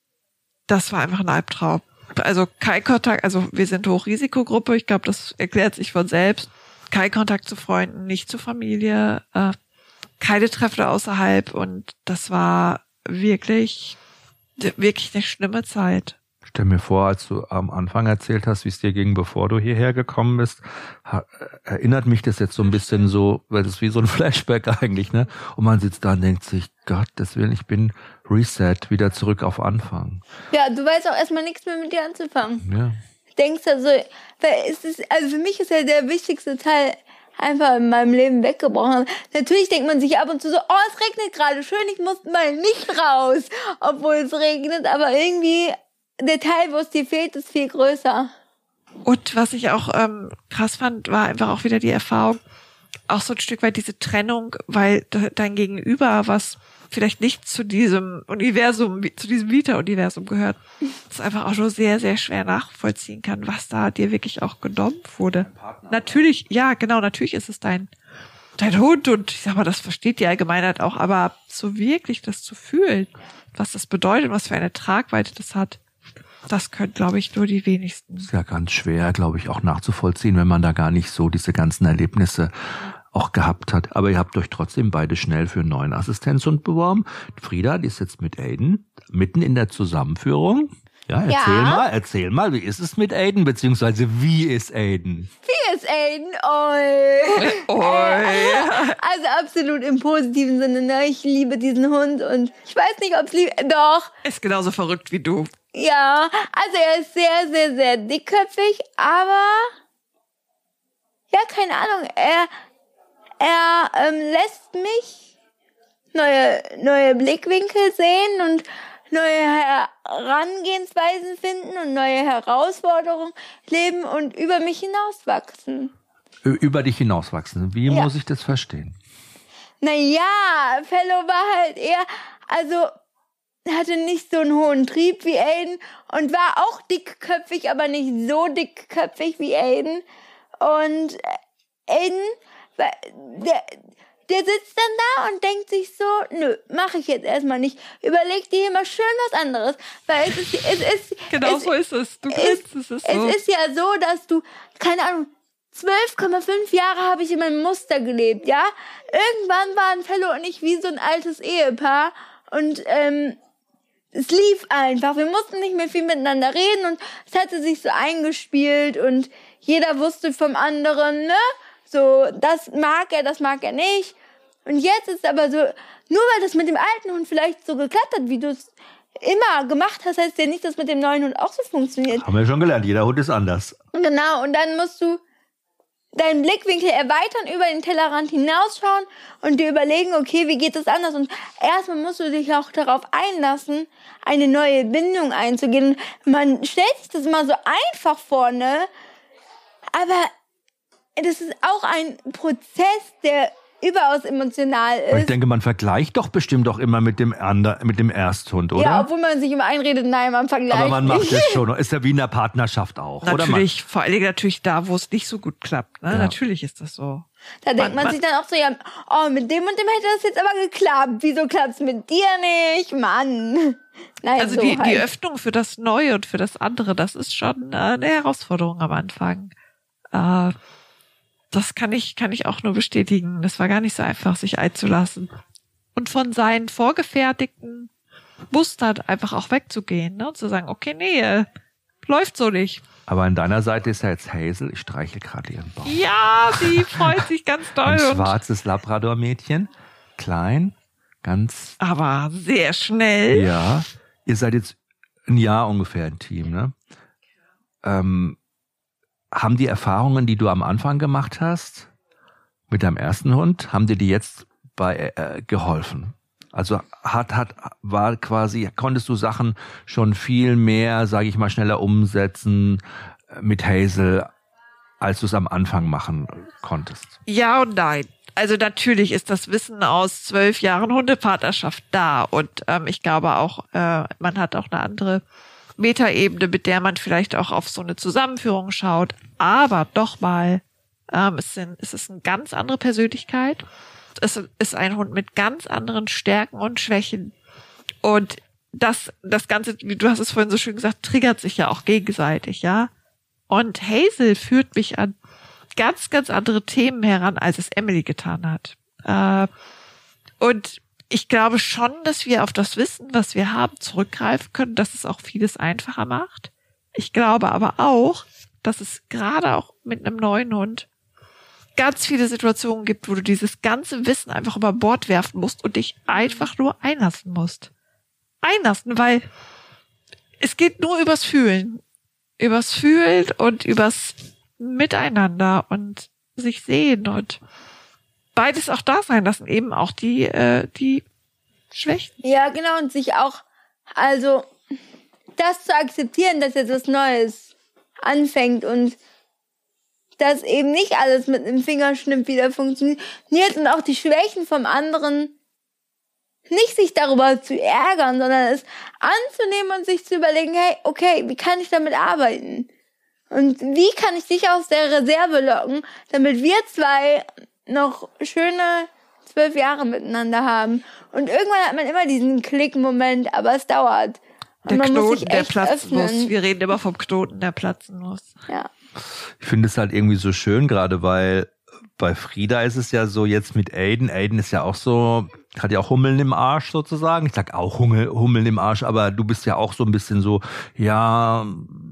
das war einfach ein Albtraum. Also kein Kontakt, also wir sind Hochrisikogruppe, ich glaube, das erklärt sich von selbst. Kein Kontakt zu Freunden, nicht zur Familie, äh, keine Treffen außerhalb und das war wirklich, wirklich eine schlimme Zeit. Stell mir vor, als du am Anfang erzählt hast, wie es dir ging, bevor du hierher gekommen bist, ha, erinnert mich das jetzt so ein bisschen so, weil das ist wie so ein Flashback eigentlich, ne? Und man sitzt da und denkt sich, Gottes Willen, ich bin Reset, wieder zurück auf Anfang. Ja, du weißt auch erstmal nichts mehr mit dir anzufangen. Ja. Denkst also, weil es ist, also für mich ist ja der wichtigste Teil einfach in meinem Leben weggebrochen. Natürlich denkt man sich ab und zu so, oh, es regnet gerade, schön, ich muss mal nicht raus, obwohl es regnet, aber irgendwie der Teil, wo es dir fehlt, ist viel größer. Und was ich auch ähm, krass fand, war einfach auch wieder die Erfahrung, auch so ein Stück weit diese Trennung, weil dein Gegenüber, was vielleicht nicht zu diesem Universum, zu diesem Vita-Universum gehört, das einfach auch schon sehr, sehr schwer nachvollziehen kann, was da dir wirklich auch genommen wurde. Natürlich, ja, genau, natürlich ist es dein, dein Hund und ich sag mal, das versteht die Allgemeinheit auch, aber so wirklich das zu fühlen, was das bedeutet, was für eine Tragweite das hat, das können, glaube ich, nur die wenigsten. Ist ja ganz schwer, glaube ich, auch nachzuvollziehen, wenn man da gar nicht so diese ganzen Erlebnisse auch gehabt hat. Aber ihr habt euch trotzdem beide schnell für einen neuen Assistenzhund beworben. Frieda, die ist jetzt mit Aiden mitten in der Zusammenführung. Ja, erzähl Ja. mal, erzähl mal, wie ist es mit Aiden, beziehungsweise wie ist Aiden? Wie ist Aiden? Oi. Oi. Also absolut im positiven Sinne, ne? Ich liebe diesen Hund und ich weiß nicht, ob es lieb... Doch, Ist genauso verrückt wie du. ja. Also er ist sehr, sehr, sehr dickköpfig, aber... Ja, keine Ahnung. Er, er ähm, lässt mich neue, neue Blickwinkel sehen und neue Herangehensweisen finden und neue Herausforderungen leben und über mich hinauswachsen. Ü- Über dich hinauswachsen. Wie Ja. muss ich das verstehen? Naja, Fellow war halt eher, also hatte nicht so einen hohen Trieb wie Aiden und war auch dickköpfig, aber nicht so dickköpfig wie Aiden. Und Aiden, der, der sitzt dann da und denkt sich so, nö, mache ich jetzt erstmal nicht. Überleg dir immer schön was anderes. Weil es ist, es ist, Genau es, so ist es. Du es, grinst, es ist so. es ist ja so, dass du, keine Ahnung, zwölf Komma fünf Jahre habe ich in meinem Muster gelebt, ja? Irgendwann waren Fellow und ich wie so ein altes Ehepaar und ähm, es lief einfach. Wir mussten nicht mehr viel miteinander reden und es hatte sich so eingespielt und jeder wusste vom anderen, ne? So, das mag er, das mag er nicht. Und jetzt ist es aber so, nur weil das mit dem alten Hund vielleicht so geklappt hat, wie du es immer gemacht hast, heißt ja nicht, dass mit dem neuen Hund auch so funktioniert. Haben wir schon gelernt, jeder Hund ist anders. Genau, und dann musst du deinen Blickwinkel erweitern, über den Tellerrand hinausschauen und dir überlegen, okay, wie geht es anders? Und erstmal musst du dich auch darauf einlassen, eine neue Bindung einzugehen. Man stellt sich das immer so einfach vor, ne? Aber das ist auch ein Prozess, der überaus emotional Aber ich ist. denke, man vergleicht doch bestimmt auch immer mit dem Ander, mit dem Ersthund, oder? Ja, obwohl man sich immer einredet, nein, man vergleicht Aber man macht nicht. es schon. Ist ja wie in der Partnerschaft auch, oder? Man, Natürlich, vor allen Dingen natürlich da, wo es nicht so gut klappt. Ne? Ja. Natürlich ist das so. Da denkt man, Man- sich dann auch so, ja, oh, mit dem und dem hätte das jetzt aber geklappt. Wieso klappt's mit dir nicht? Mann. Nein, Also so die, halt. die Öffnung für das Neue und für das andere, das ist schon äh, eine Herausforderung am Anfang. Äh, das kann ich, kann ich auch nur bestätigen. Das war gar nicht so einfach, sich einzulassen. Und von seinen vorgefertigten Mustern einfach auch wegzugehen, ne? Und zu sagen, okay, nee, äh, läuft so nicht. Aber an deiner Seite ist ja jetzt Hazel. Ich streichel gerade ihren Bauch. Ja, sie freut sich ganz doll. Ein schwarzes Labrador-Mädchen. Klein, ganz... Aber sehr schnell. Ja. Ihr seid jetzt ein Jahr ungefähr ein Team, ne? Ähm, haben die Erfahrungen, die du am Anfang gemacht hast, mit deinem ersten Hund, haben dir die jetzt bei äh, geholfen? Also hat, hat, war quasi, konntest du Sachen schon viel mehr, sage ich mal, schneller umsetzen mit Hazel, als du es am Anfang machen konntest? Ja und nein. Also natürlich ist das Wissen aus zwölf Jahren Hundevaterschaft da und ähm, ich glaube auch, äh, man hat auch eine andere Metaebene, mit der man vielleicht auch auf so eine Zusammenführung schaut. Aber doch mal, ähm, es, sind, es ist eine ganz andere Persönlichkeit. Es ist ein Hund mit ganz anderen Stärken und Schwächen. Und das, das Ganze, wie du hast es vorhin so schön gesagt, triggert sich ja auch gegenseitig, ja. Und Hazel führt mich an ganz, ganz andere Themen heran, als es Emily getan hat. Äh, und ich glaube schon, dass wir auf das Wissen, was wir haben, zurückgreifen können, dass es auch vieles einfacher macht. Ich glaube aber auch, dass es gerade auch mit einem neuen Hund ganz viele Situationen gibt, wo du dieses ganze Wissen einfach über Bord werfen musst und dich einfach nur einlassen musst. Einlassen, weil es geht nur übers Fühlen. Übers Fühlen und übers Miteinander und sich sehen und beides auch da sein lassen, eben auch die, äh, die Schwächen. Ja, genau, und sich auch, also, das zu akzeptieren, dass jetzt was Neues anfängt und dass eben nicht alles mit einem Fingerschnipp wieder funktioniert und auch die Schwächen vom anderen nicht sich darüber zu ärgern, sondern es anzunehmen und sich zu überlegen, hey, okay, wie kann ich damit arbeiten? Und wie kann ich dich aus der Reserve locken, damit wir zwei noch schöne zwölf Jahre miteinander haben? Und irgendwann hat man immer diesen Klick-Moment, aber es dauert. Und der man Knoten, muss sich der echt platzen öffnen. muss. Wir reden immer vom Knoten, der platzen muss. Ja. Ich finde es halt irgendwie so schön, gerade weil bei Frieda ist es ja so jetzt mit Aiden. Aiden ist ja auch so, hat ja auch Hummeln im Arsch sozusagen. Ich sag auch Hummel, Hummeln im Arsch, aber du bist ja auch so ein bisschen so, ja,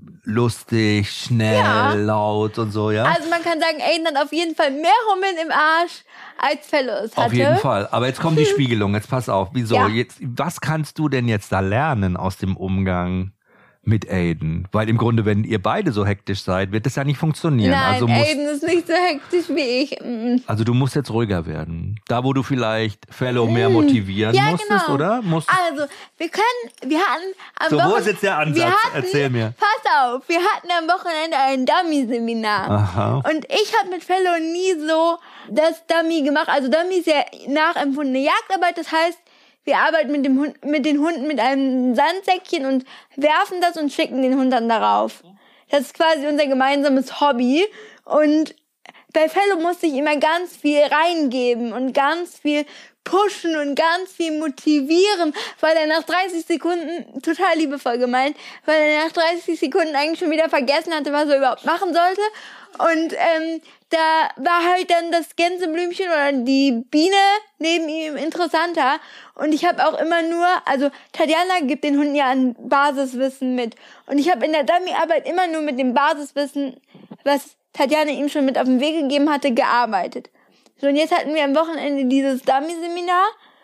lustig, schnell, Ja. laut und so, ja? Also man kann sagen, Aiden hat auf jeden Fall mehr Hummeln im Arsch, als Fellow es hatte. Auf jeden Fall. Aber jetzt kommt die Spiegelung. Jetzt pass auf. Wieso? Ja. Jetzt, was kannst du denn jetzt da lernen aus dem Umgang mit Aiden? Weil im Grunde, wenn ihr beide so hektisch seid, wird das ja nicht funktionieren. Nein, also, musst, Aiden ist nicht so hektisch wie ich. Mm. also du musst jetzt ruhiger werden. Da, wo du vielleicht Fellow mehr motivieren Ja, musstest, genau. oder? Musst, Also, wir können, wir hatten am So, wo Wochen- ist jetzt der Ansatz? Wir hatten, Erzähl mir. Pass auf, wir hatten am Wochenende ein Dummy-Seminar. Aha. Und ich habe mit Fellow nie so das Dummy gemacht. Also Dummy ist ja nachempfundene Jagdarbeit, das heißt, wir arbeiten mit, dem Hund, mit den Hunden mit einem Sandsäckchen und werfen das und schicken den Hund dann darauf. Das ist quasi unser gemeinsames Hobby. Und bei Fellow musste ich immer ganz viel reingeben und ganz viel pushen und ganz viel motivieren, weil er nach dreißig Sekunden, total liebevoll gemeint, weil er nach dreißig Sekunden eigentlich schon wieder vergessen hatte, was er überhaupt machen sollte. Und ähm, da war halt dann das Gänseblümchen oder die Biene neben ihm interessanter. Und ich habe auch immer nur, also Tatjana gibt den Hunden ja ein Basiswissen mit. Und ich habe in der Dummy-Arbeit immer nur mit dem Basiswissen, was Tatjana ihm schon mit auf den Weg gegeben hatte, gearbeitet. So, und jetzt hatten wir am Wochenende dieses Dummy-Seminar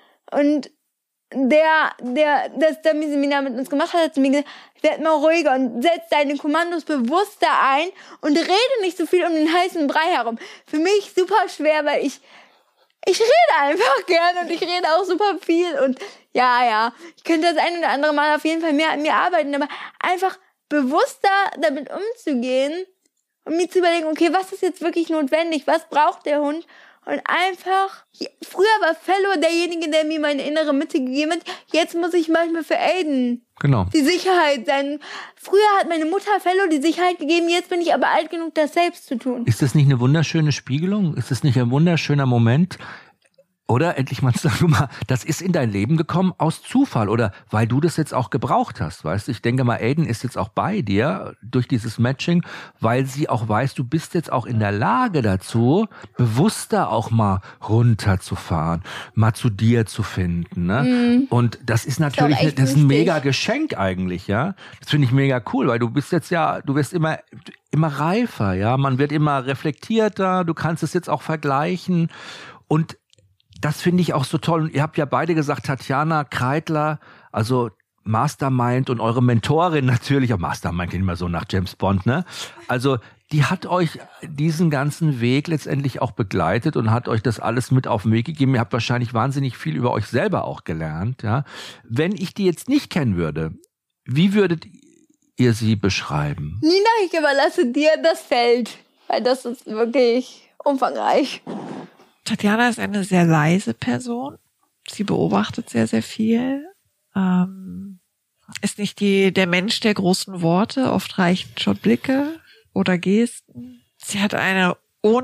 und der, der das Dummy-Seminar mit uns gemacht hat, hat zu mir gesagt, werd mal ruhiger und setz deine Kommandos bewusster ein und rede nicht so viel um den heißen Brei herum. Für mich super schwer, weil ich, ich rede einfach gern und ich rede auch super viel und ja, ja, ich könnte das ein oder andere Mal auf jeden Fall mehr an mir arbeiten, aber einfach bewusster damit umzugehen und mir zu überlegen, okay, was ist jetzt wirklich notwendig, was braucht der Hund? Und einfach, früher war Fellow derjenige, der mir meine innere Mitte gegeben hat. Jetzt muss ich manchmal für Aiden genau. die Sicherheit sein. Früher hat meine Mutter Fellow die Sicherheit gegeben, jetzt bin ich aber alt genug, das selbst zu tun. Ist das nicht eine wunderschöne Spiegelung? Ist das nicht ein wunderschöner Moment? Oder endlich mal zu sagen, guck mal, das ist in dein Leben gekommen aus Zufall oder weil du das jetzt auch gebraucht hast, weißt du? Ich denke mal, Aiden ist jetzt auch bei dir durch dieses Matching, weil sie auch weiß, du bist jetzt auch in der Lage dazu, bewusster auch mal runterzufahren, mal zu dir zu finden, ne? Mhm. Und das ist natürlich, das ist, das ist ein mega Geschenk eigentlich, ja? Das finde ich mega cool, weil du bist jetzt ja, du wirst immer, immer reifer, ja? Man wird immer reflektierter, du kannst es jetzt auch vergleichen und das finde ich auch so toll. Und ihr habt ja beide gesagt, Tatjana Kreidler, also Mastermind und eure Mentorin natürlich, auch Mastermind klingt immer so nach James Bond, ne? Also die hat euch diesen ganzen Weg letztendlich auch begleitet und hat euch das alles mit auf den Weg gegeben. Ihr habt wahrscheinlich wahnsinnig viel über euch selber auch gelernt, ja? Wenn ich die jetzt nicht kennen würde, wie würdet ihr sie beschreiben? Nina, ich überlasse dir das Feld, weil das ist wirklich umfangreich. Tatjana ist eine sehr leise Person. Sie beobachtet sehr, sehr viel. Ähm, ist nicht die, der Mensch der großen Worte. Oft reichen schon Blicke oder Gesten. Sie hat eine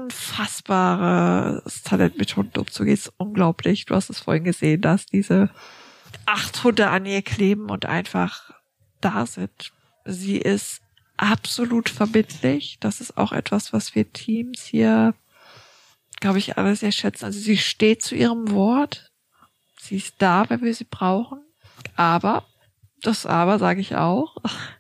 unfassbares Talent, mit Hunden umzugehen. Ist unglaublich. Du hast es vorhin gesehen, dass diese acht Hunde an ihr kleben und einfach da sind. Sie ist absolut verbindlich. Das ist auch etwas, was wir Teams hier, glaube ich, alle sehr schätzen. Also sie steht zu ihrem Wort. Sie ist da, wenn wir sie brauchen. Aber, das Aber sage ich auch,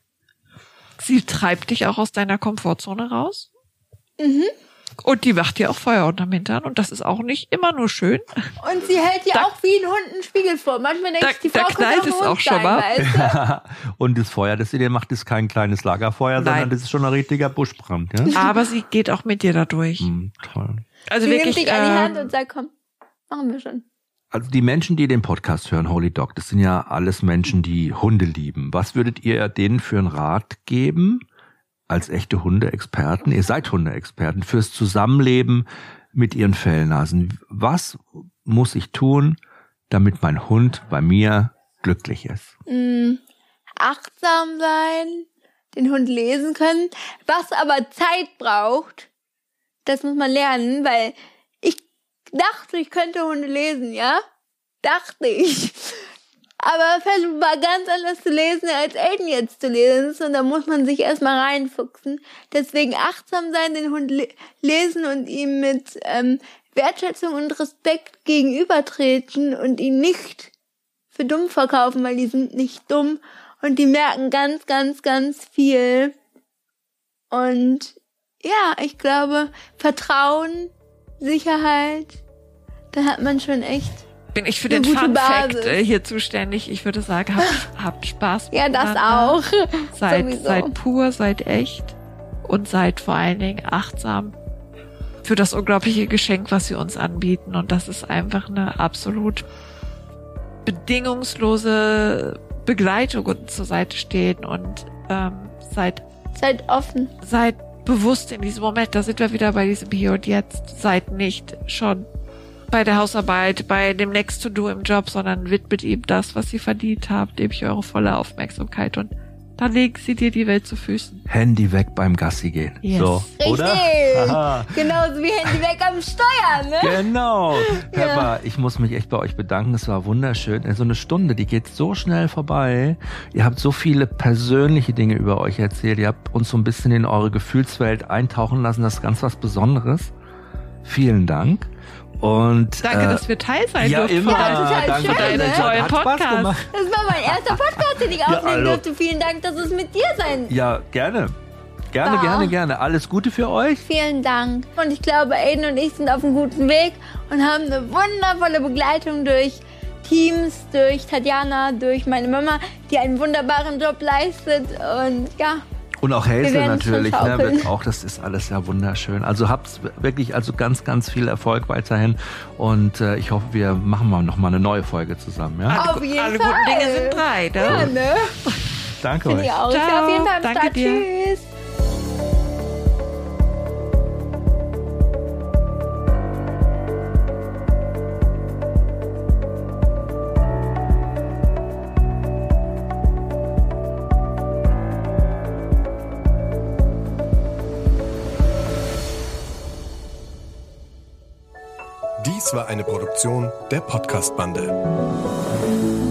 sie treibt dich auch aus deiner Komfortzone raus. Mhm. Und die macht dir auch Feuer unterm Hintern. Und das ist auch nicht immer nur schön. Und sie hält dir da, auch wie ein Hund einen Spiegel vor. Manchmal denke ich, die Frau da knallt es auch schon mal. Weißt du? Und das Feuer, das sie dir macht, ist kein kleines Lagerfeuer, Nein. sondern das ist schon ein richtiger Buschbrand. Ja? Aber sie geht auch mit dir da durch. Mm, toll. Also sie wirklich, nimmt dich an die Hand ähm, und sagt, komm, machen wir schon. Also die Menschen, die den Podcast hören, Holy Dog, das sind ja alles Menschen, die Hunde lieben. Was würdet ihr denen für einen Rat geben, als echte Hundeexperten? Ihr seid Hundeexperten fürs Zusammenleben mit ihren Fellnasen. Was muss ich tun, damit mein Hund bei mir glücklich ist? Mm, achtsam sein, den Hund lesen können. Was aber Zeit braucht, das muss man lernen, weil ich dachte, ich könnte Hunde lesen, ja? Dachte ich. Aber Fellow war ganz anders zu lesen, als Aiden jetzt zu lesen ist. Und da muss man sich erstmal reinfuchsen. Deswegen achtsam sein, den Hund le- lesen und ihm mit ähm, Wertschätzung und Respekt gegenübertreten und ihn nicht für dumm verkaufen, weil die sind nicht dumm. Und die merken ganz, ganz, ganz viel. Und ja, ich glaube, Vertrauen, Sicherheit, da hat man schon echt bin ich für den Fun Fact äh, hier zuständig. Ich würde sagen, habt, habt Spaß. Ja, das auch. Seid, seid pur, seid echt und seid vor allen Dingen achtsam für das unglaubliche Geschenk, was sie uns anbieten. Und das ist einfach eine absolut bedingungslose Begleitung und zur Seite stehen und ähm, seid seid offen. Seid bewusst in diesem Moment. Da sind wir wieder bei diesem Hier und Jetzt. Seid nicht schon bei der Hausarbeit, bei dem Next to Do im Job, sondern widmet ihm das, was sie verdient habt, nämlich eure volle Aufmerksamkeit und dann legen sie dir die Welt zu Füßen. Handy weg beim Gassi gehen. Yes. So, richtig. Oder? Aha. Genauso wie Handy weg am Steuern, ne? Genau. Ja. Pepper, ich muss mich echt bei euch bedanken. Es war wunderschön. So eine Stunde, die geht so schnell vorbei. Ihr habt so viele persönliche Dinge über euch erzählt. Ihr habt uns so ein bisschen in eure Gefühlswelt eintauchen lassen. Das ist ganz was Besonderes. Vielen Dank. Und, danke, äh, dass wir Teil sein ja, durften. Immer. Ja, total danke, schön, danke, ne? Tollen Hat Podcast. Spaß gemacht. Das war mein erster Podcast, den ich aufnehmen Ja, hallo. durfte. Vielen Dank, dass es mit dir sein. Ja, gerne. Gerne, Ja. gerne, gerne. Alles Gute für euch. Vielen Dank. Und ich glaube, Aiden und ich sind auf einem guten Weg und haben eine wundervolle Begleitung durch Teams, durch Tatjana, durch meine Mama, die einen wunderbaren Job leistet. Und ja. Und auch Wir Hazel werden uns natürlich, schon ne, schaukeln. wird auch, das ist alles ja wunderschön. Also habt wirklich also ganz, ganz viel Erfolg weiterhin und äh, ich hoffe, wir machen mal noch mal eine neue Folge zusammen. Ja? Auf jeden Alle Fall. guten Dinge sind drei, ne? Ja, ne? Danke Finde euch. ich auch. Ciao. Ich bin auf jeden Fall am Danke Start. dir. Tschüss. Dies war eine Produktion der Podcast-Bande.